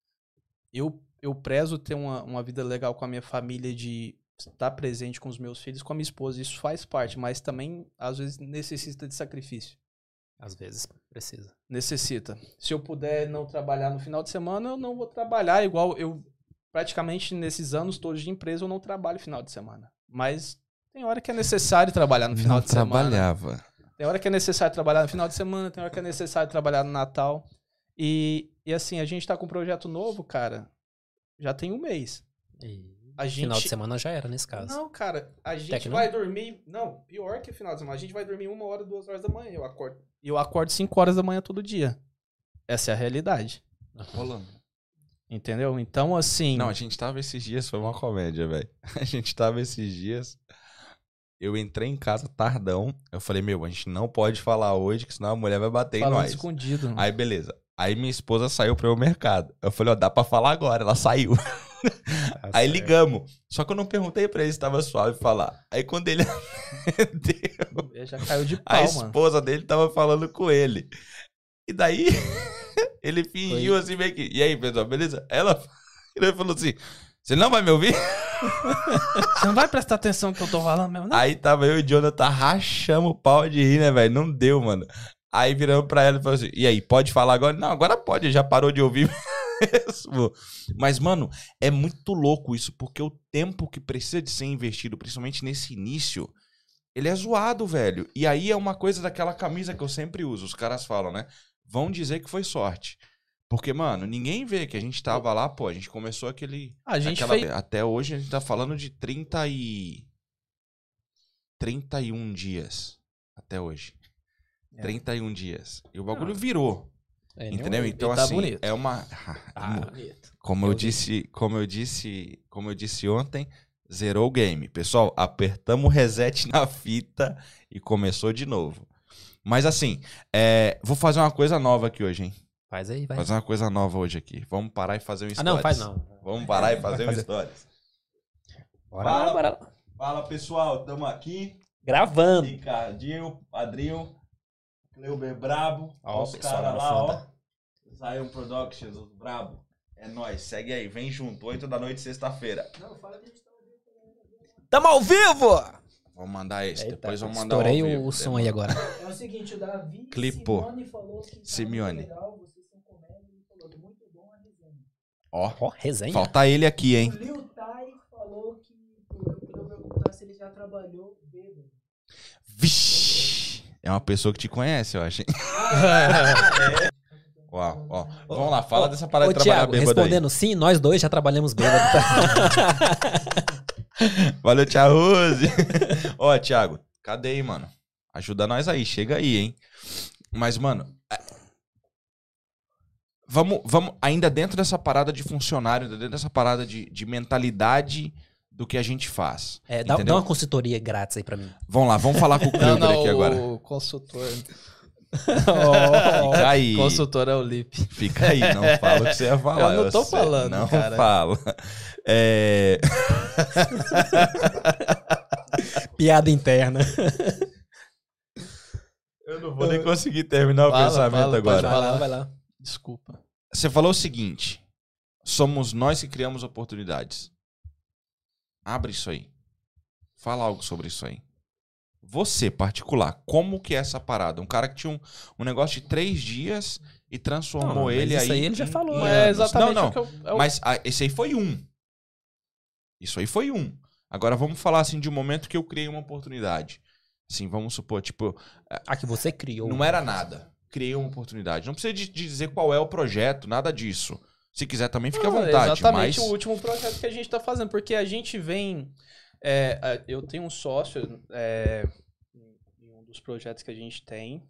Eu prezo ter uma vida legal com a minha família, de estar presente com os meus filhos, com a minha esposa. Isso faz parte, mas também, às vezes, necessita de sacrifício. Às vezes precisa. Necessita. Se eu puder não trabalhar no final de semana, eu não vou trabalhar. Igual eu, praticamente, nesses anos todos de empresa, eu não trabalho final de semana. Mas tem hora que é necessário trabalhar no final Não de semana. trabalhava. Tem hora que é necessário trabalhar no final de semana, tem hora que é necessário trabalhar no Natal. E assim, a gente tá com um projeto novo, cara, já tem um mês. E A gente... final de semana já era nesse caso. Não, cara, a gente Tecno? vai dormir... Não, pior que final de semana. A gente vai dormir 1 hora, 2 horas da manhã. Eu acordo 5 horas da manhã todo dia. Essa é a realidade. Rolando. Entendeu? Então, assim... Não, a gente tava esses dias, foi uma comédia, velho. A gente tava esses dias... Eu entrei em casa tardão. Eu falei, a gente não pode falar hoje, que senão a mulher vai bater em falando nós. escondido. Aí, beleza. Aí minha esposa saiu pro mercado. Eu falei, dá pra falar agora. Ela saiu. Aí ligamos. Só que eu não perguntei pra ele se tava suave falar. Aí quando ele atendeu, Ele já caiu de a pau, mano. esposa dele tava falando com ele. E daí, ele fingiu assim meio que... E aí, pessoal, beleza? Ele falou assim, você não vai me ouvir? Você não vai prestar atenção no que eu tô falando mesmo, não? Aí tava eu e o Jonathan rachamos o pau de rir, né, velho? Não deu, mano. Aí viramos pra ela e falou assim, e aí, pode falar agora? Não, agora pode, já parou de ouvir mesmo. Mas, mano, é muito louco isso, porque o tempo que precisa de ser investido, principalmente nesse início, ele é zoado, velho. E aí é uma coisa daquela camisa que eu sempre uso, os caras falam, né? Vão dizer que foi sorte. Porque, mano, ninguém vê que a gente tava lá, pô, a gente começou aquele... A gente fez... Até hoje a gente tá falando de 31 dias. Até hoje. 31 dias. E o bagulho virou. É, Entendeu? Então, E tá assim, bonito. é uma. bonito. Como eu disse ontem, zerou o game. Pessoal, apertamos o reset na fita e começou de novo. Mas assim, vou fazer uma coisa nova aqui hoje, hein? Faz aí, vai. Fazer uma coisa nova hoje aqui. Vamos parar e fazer um stories. Não, faz não. Vamos parar e fazer um stories. Bora lá, bora lá. Fala, pessoal. Tamo aqui. Gravando. Ricardinho, Padrinho, Cleuber Brabo. Ó, Os pessoal caras lá no lá, fundo. ó. Zion Productions, os Brabo. É nóis. Segue aí. Vem junto. 8 da noite, sexta-feira. Não, fala que a gente tá ouvindo. Tamo ao vivo! Vamos mandar esse. Eita, Depois vamos mandar estourei ao vivo. o som aí agora. É o seguinte, o Davi Clipou. Simeone falou que tá Simeone. muito legal, vocês são comédia, ele falou muito bom a resenha. Ó, Ó, resenha. falta ele aqui, hein? O Liu Tai falou que eu perguntar se ele já trabalhou bêbado. Vixe! É uma pessoa que te conhece, eu acho. Hein? Uau, ó. Vamos lá, fala dessa parada Ô, de trabalhar Thiago, bêbado respondendo sim, nós dois já trabalhamos bêbado. Tá? aí. Valeu, Tia Rose. Ó, Thiago, cadê aí, mano? Ajuda nós aí, chega aí, hein? Mas, mano, vamos ainda dentro dessa parada de funcionário, dentro dessa parada de mentalidade do que a gente faz. Dá Entendeu? uma consultoria grátis aí pra mim. Vamos lá, vamos falar com o Cleuber aqui agora. o consultor. Fica aí. Consultor é o Lip. Fica aí, não fala o que você ia falar. Eu não tô sei, falando, não cara. fala. Piada interna. Eu não vou nem conseguir terminar o Fala, pensamento fala, agora. pode falar. Vai lá. Desculpa. Você falou o seguinte: somos nós que criamos oportunidades. Abre isso aí. Fala algo sobre isso aí. Você, particular, como que é essa parada? Um cara que tinha um negócio de 3 dias e transformou Não, mas ele isso aí. aí ele já em- falou. em Não é anos. exatamente Não, o que eu... é o- Mas esse aí foi um. Isso aí foi um. Agora vamos falar assim de um momento que eu criei uma oportunidade. Assim, vamos supor, tipo, Ah, que você criou. não era nada. Criei uma oportunidade. Não precisa de dizer qual é o projeto, nada disso. Se quiser também, fica à Não, vontade. exatamente Mas o último projeto que a gente tá fazendo, porque a gente vem... eu tenho um sócio em um dos projetos que a gente tem,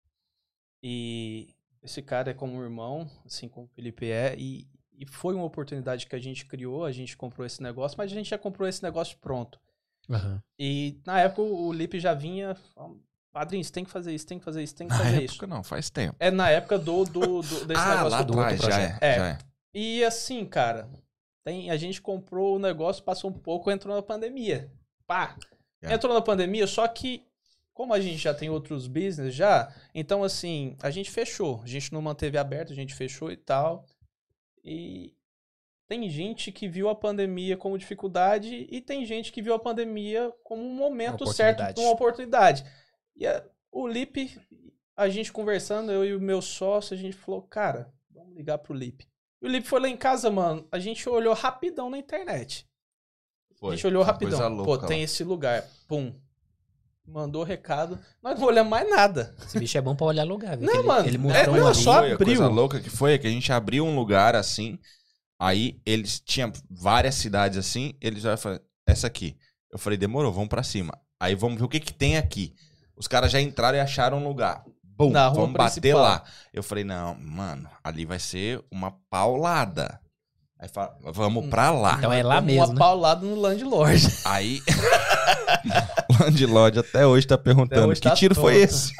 e esse cara é como um irmão, assim como o Felipe é, e foi uma oportunidade que a gente criou, a gente comprou esse negócio, mas a gente já comprou esse negócio pronto. Aham. E na época o Lipe já vinha, padrinho, você tem que fazer isso, tem que fazer isso, tem que na fazer época isso. não, faz tempo. É na época desse negócio lá do atrás, outro já projeto. é, já é. E assim, cara, a gente comprou o negócio, passou um pouco, entrou na pandemia. Pá! É. Entrou na pandemia, só que, como a gente já tem outros business já, então assim, a gente fechou. A gente não manteve aberto, a gente fechou e tal. E tem gente que viu a pandemia como dificuldade e tem gente que viu a pandemia como um momento certo, uma oportunidade. E o Lipe, a gente conversando, eu e o meu sócio, a gente falou, cara, vamos ligar pro Lipe. E o Lipe foi lá em casa, mano, a gente olhou rapidão na internet. Foi. A gente olhou Uma coisa rapidão. Pô, louca tem lá. esse lugar. Pum. Mandou o recado. Nós não olhamos mais nada. Esse bicho é bom pra olhar lugar, viu? Não, Que ele, mano, ele mostrou não, ali. só Foi, a abriu. coisa louca que foi é que a gente abriu um lugar assim, aí eles tinham várias cidades assim, eles já falaram, essa aqui. Eu falei, demorou, vamos pra cima. Aí vamos ver o que que tem aqui. Os caras já entraram e acharam um lugar. Bum, Na rua vamos bater principal. lá. Eu falei, não, mano, ali vai ser uma paulada. Aí fala, vamos pra lá. Então é lá Tomou mesmo, uma né? paulada no Landlord. Aí, o Landlord até hoje tá perguntando, Até hoje que tá tiro foi tonto. esse?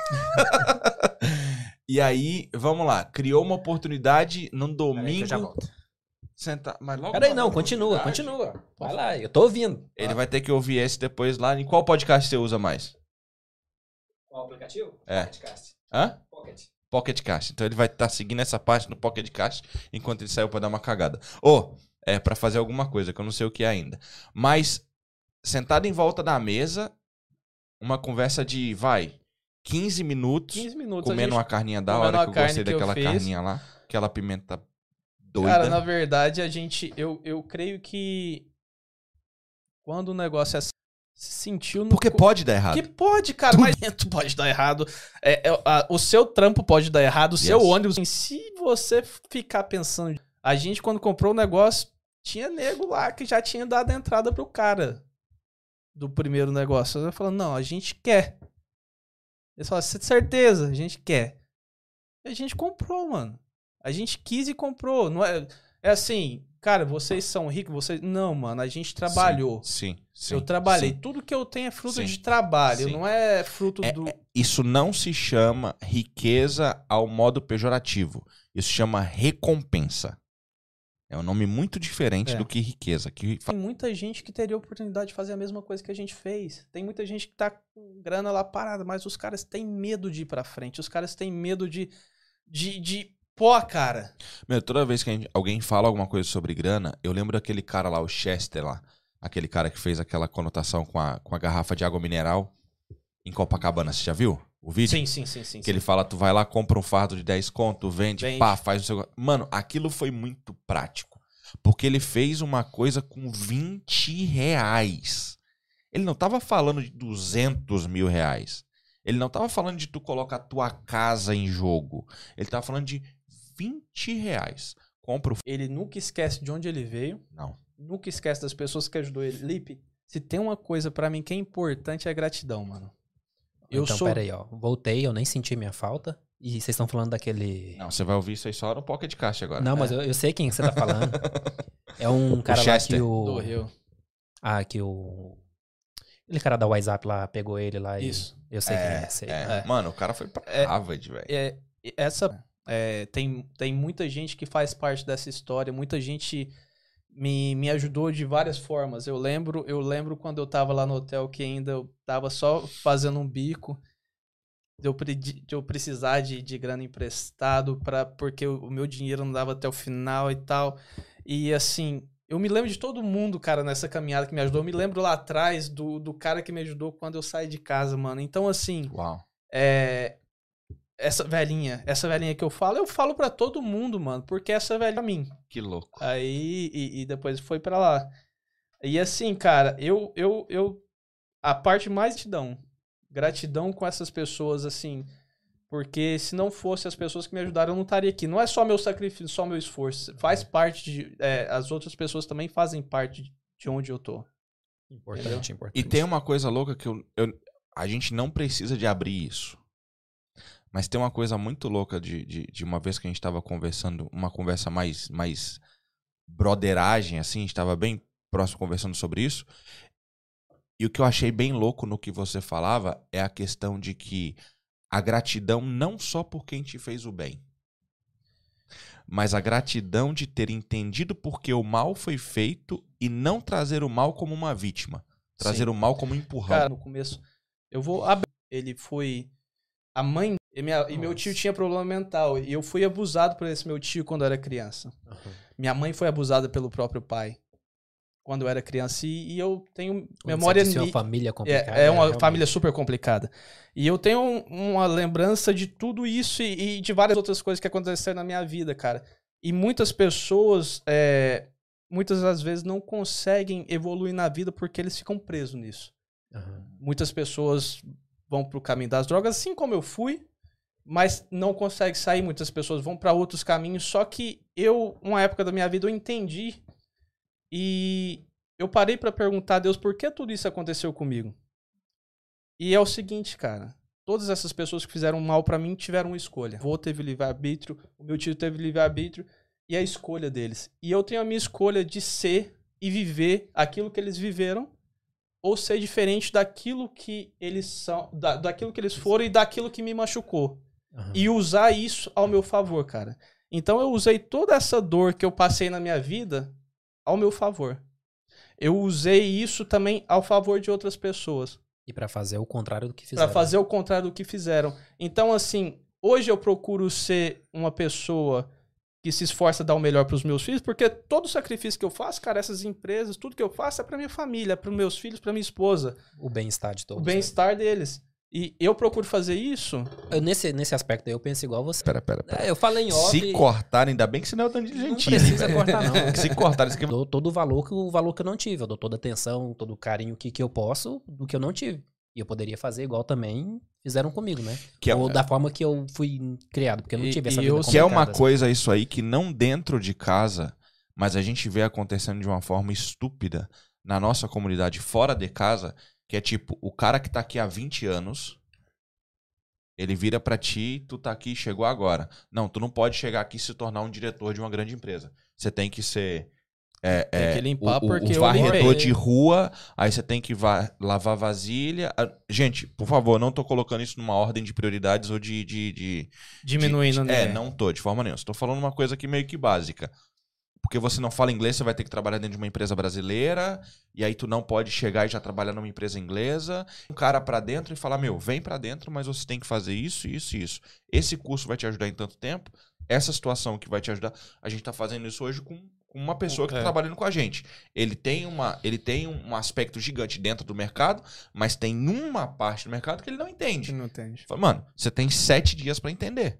E aí, vamos lá, criou uma oportunidade num Peraí que eu já domingo. volto. Sentar, mas logo Peraí, na não, continua, oportunidade, continua. Vai lá, eu tô ouvindo. Ele vai ter que ouvir esse depois lá. Em qual podcast você usa mais? Qual aplicativo? É. Podcast. Hã? Pocket. Pocket Cast. Então ele vai estar seguindo essa parte no Pocket Cast enquanto ele saiu pra dar uma cagada. Ou, pra fazer alguma coisa, que eu não sei o que é ainda. Mas, sentado em volta da mesa, uma conversa de, 15 minutos, 15 minutos. comendo a gente... uma carninha da comendo hora, uma que eu gostei carne que eu daquela fiz. carninha lá. Aquela pimenta doida. Cara, na verdade, a gente... Eu creio que quando o negócio é assim, se sentiu no... Porque pode dar errado. Que pode, cara, mas tu pode dar errado. O seu trampo pode dar errado, o seu Yes. ônibus. Se você ficar pensando... A gente, quando comprou o negócio, tinha nego lá que já tinha dado a entrada pro cara do primeiro negócio. Eu falando, não, a gente quer. Eles falaram, certeza, a gente quer. E a gente comprou, mano. A gente quis e comprou. Não é assim, cara, vocês são ricos, vocês... Não, mano, a gente trabalhou. Sim. Eu trabalhei. sim. Tudo que eu tenho é fruto Sim. de trabalho, Sim. não é fruto do... Isso não se chama riqueza ao modo pejorativo. Isso chama recompensa. É um nome muito diferente É. do que riqueza. Que Tem muita gente que teria a oportunidade de fazer a mesma coisa que a gente fez. Tem muita gente que tá com grana lá parada, mas os caras têm medo de ir pra frente. Os caras têm medo de pô, cara. Meu, toda vez que alguém fala alguma coisa sobre grana, eu lembro daquele cara lá, o Chester lá. Aquele cara que fez aquela conotação com a garrafa de água mineral em Copacabana. Você já viu o vídeo? Sim. Que ele fala, tu vai lá, compra um fardo de 10 conto, vende, Vende. pá, faz o seu... Mano, aquilo foi muito prático. Porque ele fez uma coisa com 20 reais. Ele não tava falando de 200 mil reais. Ele não tava falando de tu colocar a tua casa em jogo. Ele tava falando de 20 reais. Compra o... Ele nunca esquece de onde ele veio. Não. Nunca esquece das pessoas que ajudou ele. Lipe, se tem uma coisa pra mim que é importante, é gratidão, mano. Então, peraí, ó. Voltei, eu nem senti minha falta. E vocês estão falando daquele... Não, você vai ouvir isso aí só no Pocket Cast agora. Não, mas eu sei quem você tá falando. É um cara lá Chester. que Do Rio. que o... Aquele cara da WhatsApp lá pegou ele lá e... Isso. Eu sei quem é, sei. É. Mano, o cara foi pra É. Harvard, velho. Tem muita gente que faz parte dessa história, muita gente me ajudou de várias formas. Eu lembro quando eu tava lá no hotel que ainda eu tava só fazendo um bico, de eu precisar de grana emprestado, porque o meu dinheiro não dava até o final e tal. E assim, eu me lembro de todo mundo, cara, nessa caminhada que me ajudou. Eu me lembro lá atrás do cara que me ajudou quando eu saí de casa, mano. Então, assim, Uau. essa velhinha que eu falo pra todo mundo, mano, porque essa velha é pra mim. Que louco. Aí, e depois foi pra lá. E assim, cara, a parte mais gratidão com essas pessoas, assim, porque se não fosse as pessoas que me ajudaram, eu não estaria aqui. Não é só meu sacrifício, só meu esforço. Faz parte as outras pessoas também fazem parte de onde eu tô. Importante. E tem uma coisa louca que a gente não precisa de abrir isso. Mas tem uma coisa muito louca de uma vez que a gente tava conversando, uma conversa mais broderagem, assim, a gente tava bem próximo conversando sobre isso. E o que eu achei bem louco no que você falava é a questão de que a gratidão não só por quem te fez o bem, mas a gratidão de ter entendido por que o mal foi feito e não trazer o mal como uma vítima. Trazer Sim. o mal como um empurrão. Cara, no começo, eu vou abrir. Ele foi... A mãe e meu tio tinha problema mental. E eu fui abusado por esse meu tio quando eu era criança. Uhum. Minha mãe foi abusada pelo próprio pai quando eu era criança. E eu tenho Quando memória... você disse uma família complicada. É uma realmente. família super complicada. E eu tenho uma lembrança de tudo isso e de várias outras coisas que aconteceram na minha vida, cara. E muitas pessoas, muitas das vezes, não conseguem evoluir na vida porque eles ficam presos nisso. Uhum. Muitas pessoas vão pro caminho das drogas, assim como eu fui, mas não conseguem sair. Muitas pessoas vão para outros caminhos. Só que uma época da minha vida, eu entendi e eu parei para perguntar a Deus por que tudo isso aconteceu comigo. E é o seguinte, cara. Todas essas pessoas que fizeram mal para mim tiveram uma escolha. O avô teve livre-arbítrio, o meu tio teve livre-arbítrio e a escolha deles. E eu tenho a minha escolha de ser e viver aquilo que eles viveram, ou ser diferente daquilo que eles são, daquilo que eles foram e daquilo que me machucou. Uhum. E usar isso ao meu favor, cara. Então eu usei toda essa dor que eu passei na minha vida ao meu favor. Eu usei isso também ao favor de outras pessoas. E pra fazer o contrário do que fizeram. Pra fazer o contrário do que fizeram. Então, assim, hoje eu procuro ser uma pessoa que se esforça a dar o melhor pros meus filhos, porque todo o sacrifício que eu faço, cara, essas empresas, tudo que eu faço é pra minha família, pros meus filhos, pra minha esposa. O bem-estar de todos. O bem-estar deles. E eu procuro fazer isso. Nesse aspecto aí eu penso igual você. Pera. Eu falei em off. Se cortarem, ainda bem que senão eu tô de Não gentil. precisa cortar, não. Se cortarem, isso aqui... Eu dou todo o valor que eu não tive. Eu dou toda a atenção, todo o carinho que eu posso do que eu não tive. E eu poderia fazer igual também fizeram comigo, né? Ou da forma que eu fui criado, porque eu não tive essa vida Que é uma complicada, coisa isso aí que não dentro de casa, mas a gente vê acontecendo de uma forma estúpida na nossa comunidade fora de casa, que é tipo, o cara que tá aqui há 20 anos Ele vira pra ti, tu tá aqui, chegou agora. Não, tu não pode chegar aqui e se tornar um diretor de uma grande empresa. Você tem que ser Tem que limpar porque o eu varredor limpei. de rua, aí você tem que lavar vasilha. Gente, por favor, não tô colocando isso numa ordem de prioridades ou Diminuindo, né? não tô, de forma nenhuma. Estou falando uma coisa aqui meio que básica. Porque você não fala inglês, você vai ter que trabalhar dentro de uma empresa brasileira, e aí tu não pode chegar e já trabalhar numa empresa inglesa. Um cara pra dentro e falar, meu, vem pra dentro, mas você tem que fazer isso, isso e isso. Esse curso vai te ajudar em tanto tempo, essa situação que vai te ajudar. A gente tá fazendo isso hoje com uma pessoa que tá trabalhando com a gente. Ele tem um aspecto gigante dentro do mercado, mas tem uma parte do mercado que ele não entende. Não entende. Fala, mano, você tem 7 dias pra entender.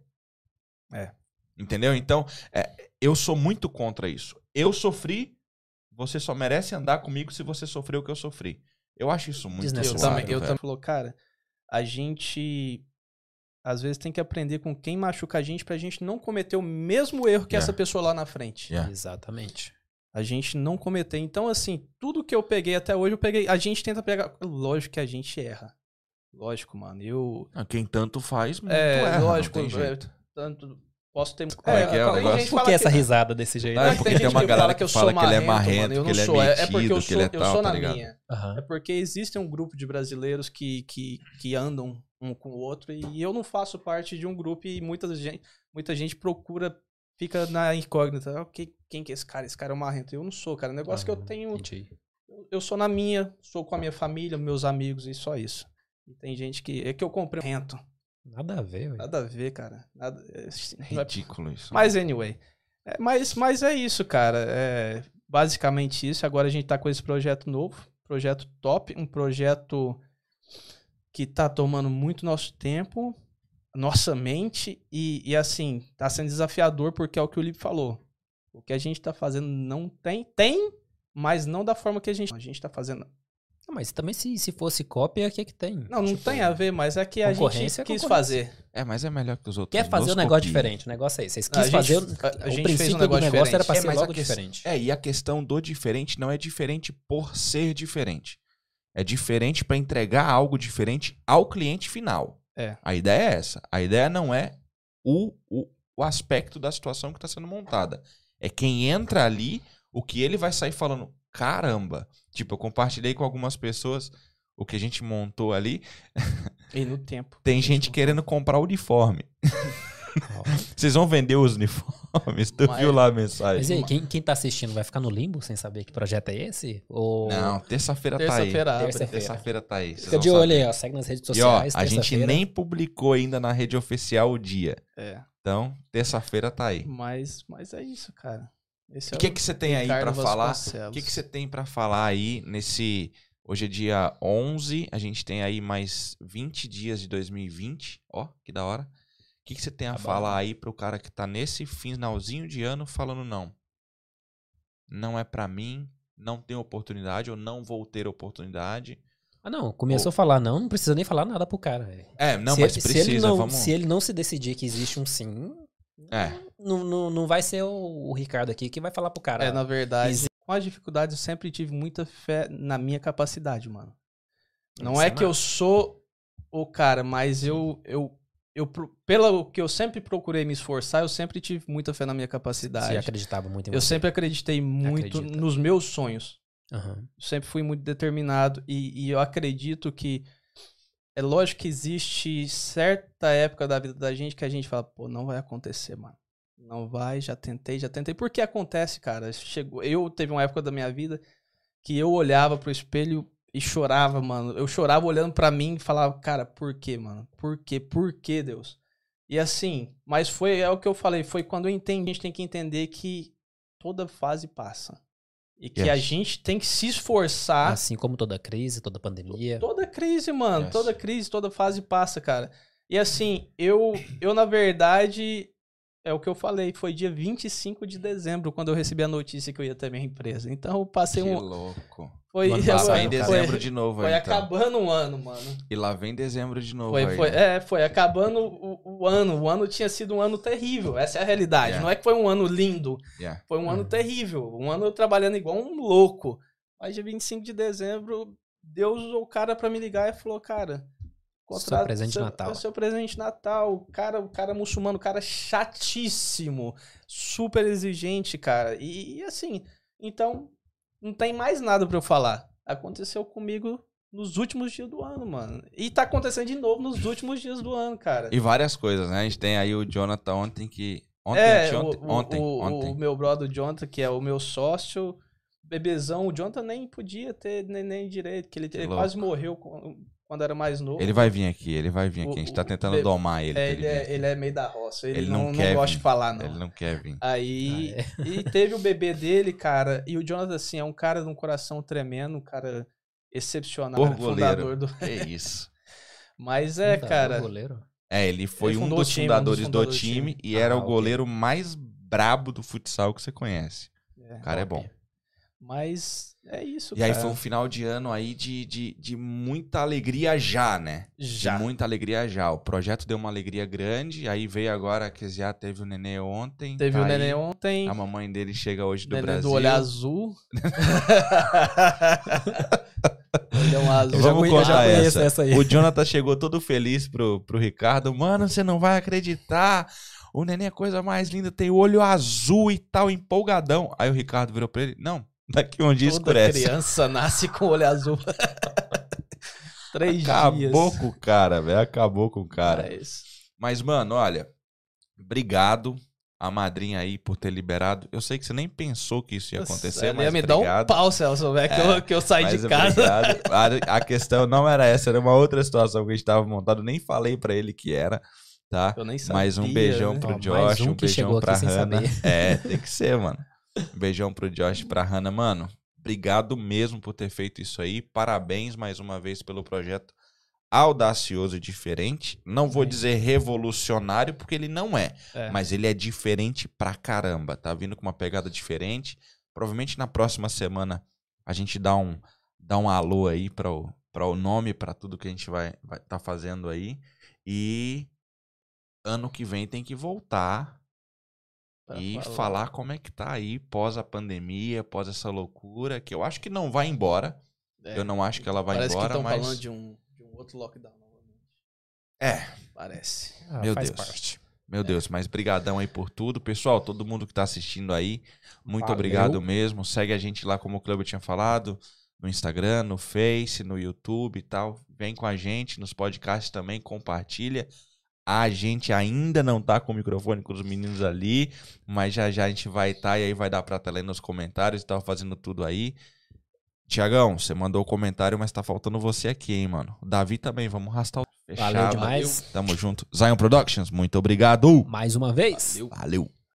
Entendeu? Então, eu sou muito contra isso. Eu sofri, você só merece andar comigo se você sofreu o que eu sofri. Eu acho isso muito Desnecessário. Eu também falou, cara, a gente às vezes tem que aprender com quem machuca a gente pra gente não cometer o mesmo erro que essa pessoa lá na frente. Exatamente. A gente não cometer. Então, assim, tudo que eu peguei até hoje, eu peguei. A gente tenta pegar. Lógico que a gente erra. Lógico, mano. Quem tanto faz, muito erra, lógico. não tem jeito. Tanto. Posso ter. Como é que é o negócio? Por que essa risada desse jeito? Não, é porque tem uma galera que fala que ele é marrento, mano, eu que ele é não sou. metido, porque que ele é eu tal, sou tá na ligado? minha. Aham. É porque existe um grupo de brasileiros que andam um com o outro e eu não faço parte de um grupo e muita gente procura, fica na incógnita. Quem que é esse cara? Esse cara é um marrento. Eu não sou, cara. O negócio que eu tenho... Entendi. Eu sou na minha, sou com a minha família, meus amigos e só isso. E tem gente que... É que eu comprei um rento. Nada a ver, velho. Nada a ver, cara. Ridículo isso. Mas, anyway. Mas é isso, cara. É basicamente isso. Agora a gente tá com esse projeto novo. Projeto top. Um projeto que tá tomando muito nosso tempo, nossa mente. E assim, tá sendo desafiador porque é o que o Lipe falou. O que a gente tá fazendo não tem... Tem, mas não da forma que a gente tá fazendo. Mas também se fosse cópia, o que é que tem? Não Tipo, tem a ver, mas é que a gente concorrência é quis concorrência. fazer. Mas é melhor que os outros. Quer fazer um negócio diferente. O negócio é esse. Vocês quis fazer... a O gente princípio fez um do negócio negócio era pra diferente. ser mas logo diferente. E a questão do diferente não é diferente por ser diferente. É diferente para entregar algo diferente ao cliente final. A ideia é essa. A ideia não é o aspecto da situação que está sendo montada. É quem entra ali, o que ele vai sair falando, caramba. Tipo, eu compartilhei com algumas pessoas o que a gente montou ali. E no tempo. Tem gente querendo comprar uniforme. Vocês vão vender os uniformes? Tu viu lá a mensagem? Mas e aí, quem tá assistindo vai ficar no limbo sem saber que projeto é esse? Ou... Não, terça-feira tá aí. Terça-feira tá aí. Fica de olho aí, ó. Segue nas redes E ó, sociais. a gente nem publicou ainda na rede oficial o dia. Então, terça-feira tá aí. Mas é isso, cara. E o que você tem aí pra falar? O que você tem pra falar aí nesse... Hoje é dia 11, a gente tem aí mais 20 dias de 2020. Ó, que da hora. O que você tem a falar aí pro cara que tá nesse finalzinho de ano falando não? Não é pra mim, não tenho oportunidade ou não vou ter oportunidade. Não, começou a falar não precisa nem falar nada pro cara. Véio. Mas precisa, se ele não se decidir que existe um sim, não vai ser o Ricardo aqui que vai falar pro cara. Na verdade, com as dificuldades eu sempre tive muita fé na minha capacidade, mano. Não é que eu sou o cara, mas eu pelo que eu sempre procurei me esforçar, eu sempre tive muita fé na minha capacidade. Você acreditava muito em você. Eu sempre acreditei muito nos meus sonhos. Uhum. Eu sempre fui muito determinado e eu acredito que é lógico que existe certa época da vida da gente que a gente fala, pô, não vai acontecer, mano. Não vai, já tentei. Porque acontece, cara. Eu teve uma época da minha vida que eu olhava pro espelho e chorava, mano. Eu chorava olhando pra mim e falava, cara, por quê, mano? Por quê? Por quê, Deus? E assim, mas é o que eu falei, foi quando eu entendi, a gente tem que entender que toda fase passa. E que a gente tem que se esforçar. Assim como toda crise, toda pandemia. Toda crise, mano. Toda crise, toda fase passa, cara. E assim, eu na verdade... É o que eu falei, foi dia 25 de dezembro quando eu recebi a notícia que eu ia ter minha empresa. Então eu passei Que louco. Foi em dezembro de novo. Foi então. acabando um ano, mano. E lá vem dezembro de novo. Foi acabando o ano. O ano tinha sido um ano terrível. Essa é a realidade. Não é que foi um ano lindo. Foi um ano terrível. Um ano eu trabalhando igual um louco. Aí dia 25 de dezembro, Deus usou o cara pra me ligar e falou, cara, Seu presente de Natal. É seu presente de Natal. O cara muçulmano, o cara chatíssimo. Super exigente, cara. E assim, então, não tem mais nada pra eu falar. Aconteceu comigo nos últimos dias do ano, mano. E tá acontecendo de novo nos últimos dias do ano, cara. E várias coisas, né? A gente tem aí o Jonathan ontem que... Ontem. O meu brother, o Jonathan, que é o meu sócio, bebezão, o Jonathan nem podia ter neném direito, que ele louco. quase morreu quando era mais novo. Ele vai vir aqui. A gente tá tentando domar ele. Ele é meio da roça, ele não quer gosta vir. de falar, não. Ele não quer vir. Aí, e teve o bebê dele, cara, e o Jonathan, assim, é um cara de um coração tremendo, um cara excepcional, fundador do... Que isso. Mas Fundador, cara... goleiro. Ele foi Ele um fundou o dos time, fundadores do do time e era o ok. goleiro mais brabo do futsal que você conhece. O cara é bom. Mas é isso, E cara. aí foi um final de ano aí de muita alegria já, né? Já. De muita alegria já. O projeto deu uma alegria grande, aí veio agora que já teve o nenê ontem. Teve tá o neném aí. ontem. A mamãe dele chega hoje do Neném Brasil. do olho azul. Olhão azul. Vamos eu já contar conheço essa aí. O Jonathan chegou todo feliz pro Ricardo. Mano, você não vai acreditar. O neném é a coisa mais linda, tem o olho azul e tal, empolgadão. Aí o Ricardo virou pra ele. Não, daqui um dia Toda escurece. criança nasce com olho azul. 3 dias. Acabou com o cara, velho. Acabou com o cara. Mas... Mas, mano, olha. Obrigado a madrinha aí por ter liberado. Eu sei que você nem pensou que isso ia acontecer, Ela mas ia me dar um obrigado. pau, Celso, velho, que eu saí Mas de casa. obrigado. A questão não era essa, era uma outra situação que a gente tava montado. Nem falei pra ele que era, tá? Eu nem sabia. Mais um beijão né? pro Ó, Josh, mais um um que beijão chegou pra aqui sem Hannah. saber. É, tem que ser, mano. Um beijão pro Josh e pra Hannah. Mano, obrigado mesmo por ter feito isso aí. Parabéns mais uma vez pelo projeto audacioso e diferente. Não vou dizer revolucionário, porque ele não é. Mas ele é diferente pra caramba. Tá vindo com uma pegada diferente. Provavelmente na próxima semana a gente dá um alô aí para o nome, para tudo que a gente vai tá fazendo aí. E ano que vem tem que voltar e falar como é que tá aí pós a pandemia, pós essa loucura, que eu acho que não vai embora. Eu não acho que ela vai Parece embora, que estão mas... falando de um outro lockdown novamente. É. Parece. Meu faz Deus. parte. Meu Deus, mas brigadão aí por tudo. Pessoal, todo mundo que tá assistindo aí, muito Valeu. obrigado mesmo. Segue a gente lá, como o Clube tinha falado, no Instagram, no Face, no YouTube e tal. Vem com a gente nos podcasts também, compartilha. A gente ainda não tá com o microfone com os meninos ali, mas já já a gente vai estar e aí vai dar pra estar lendo nos comentários e tal, fazendo tudo aí. Tiagão, você mandou o comentário, mas tá faltando você aqui, hein, mano. O Davi também, vamos arrastar o... Fechado. Valeu demais. Tamo junto. Zion Productions, muito obrigado. Mais uma vez. Valeu.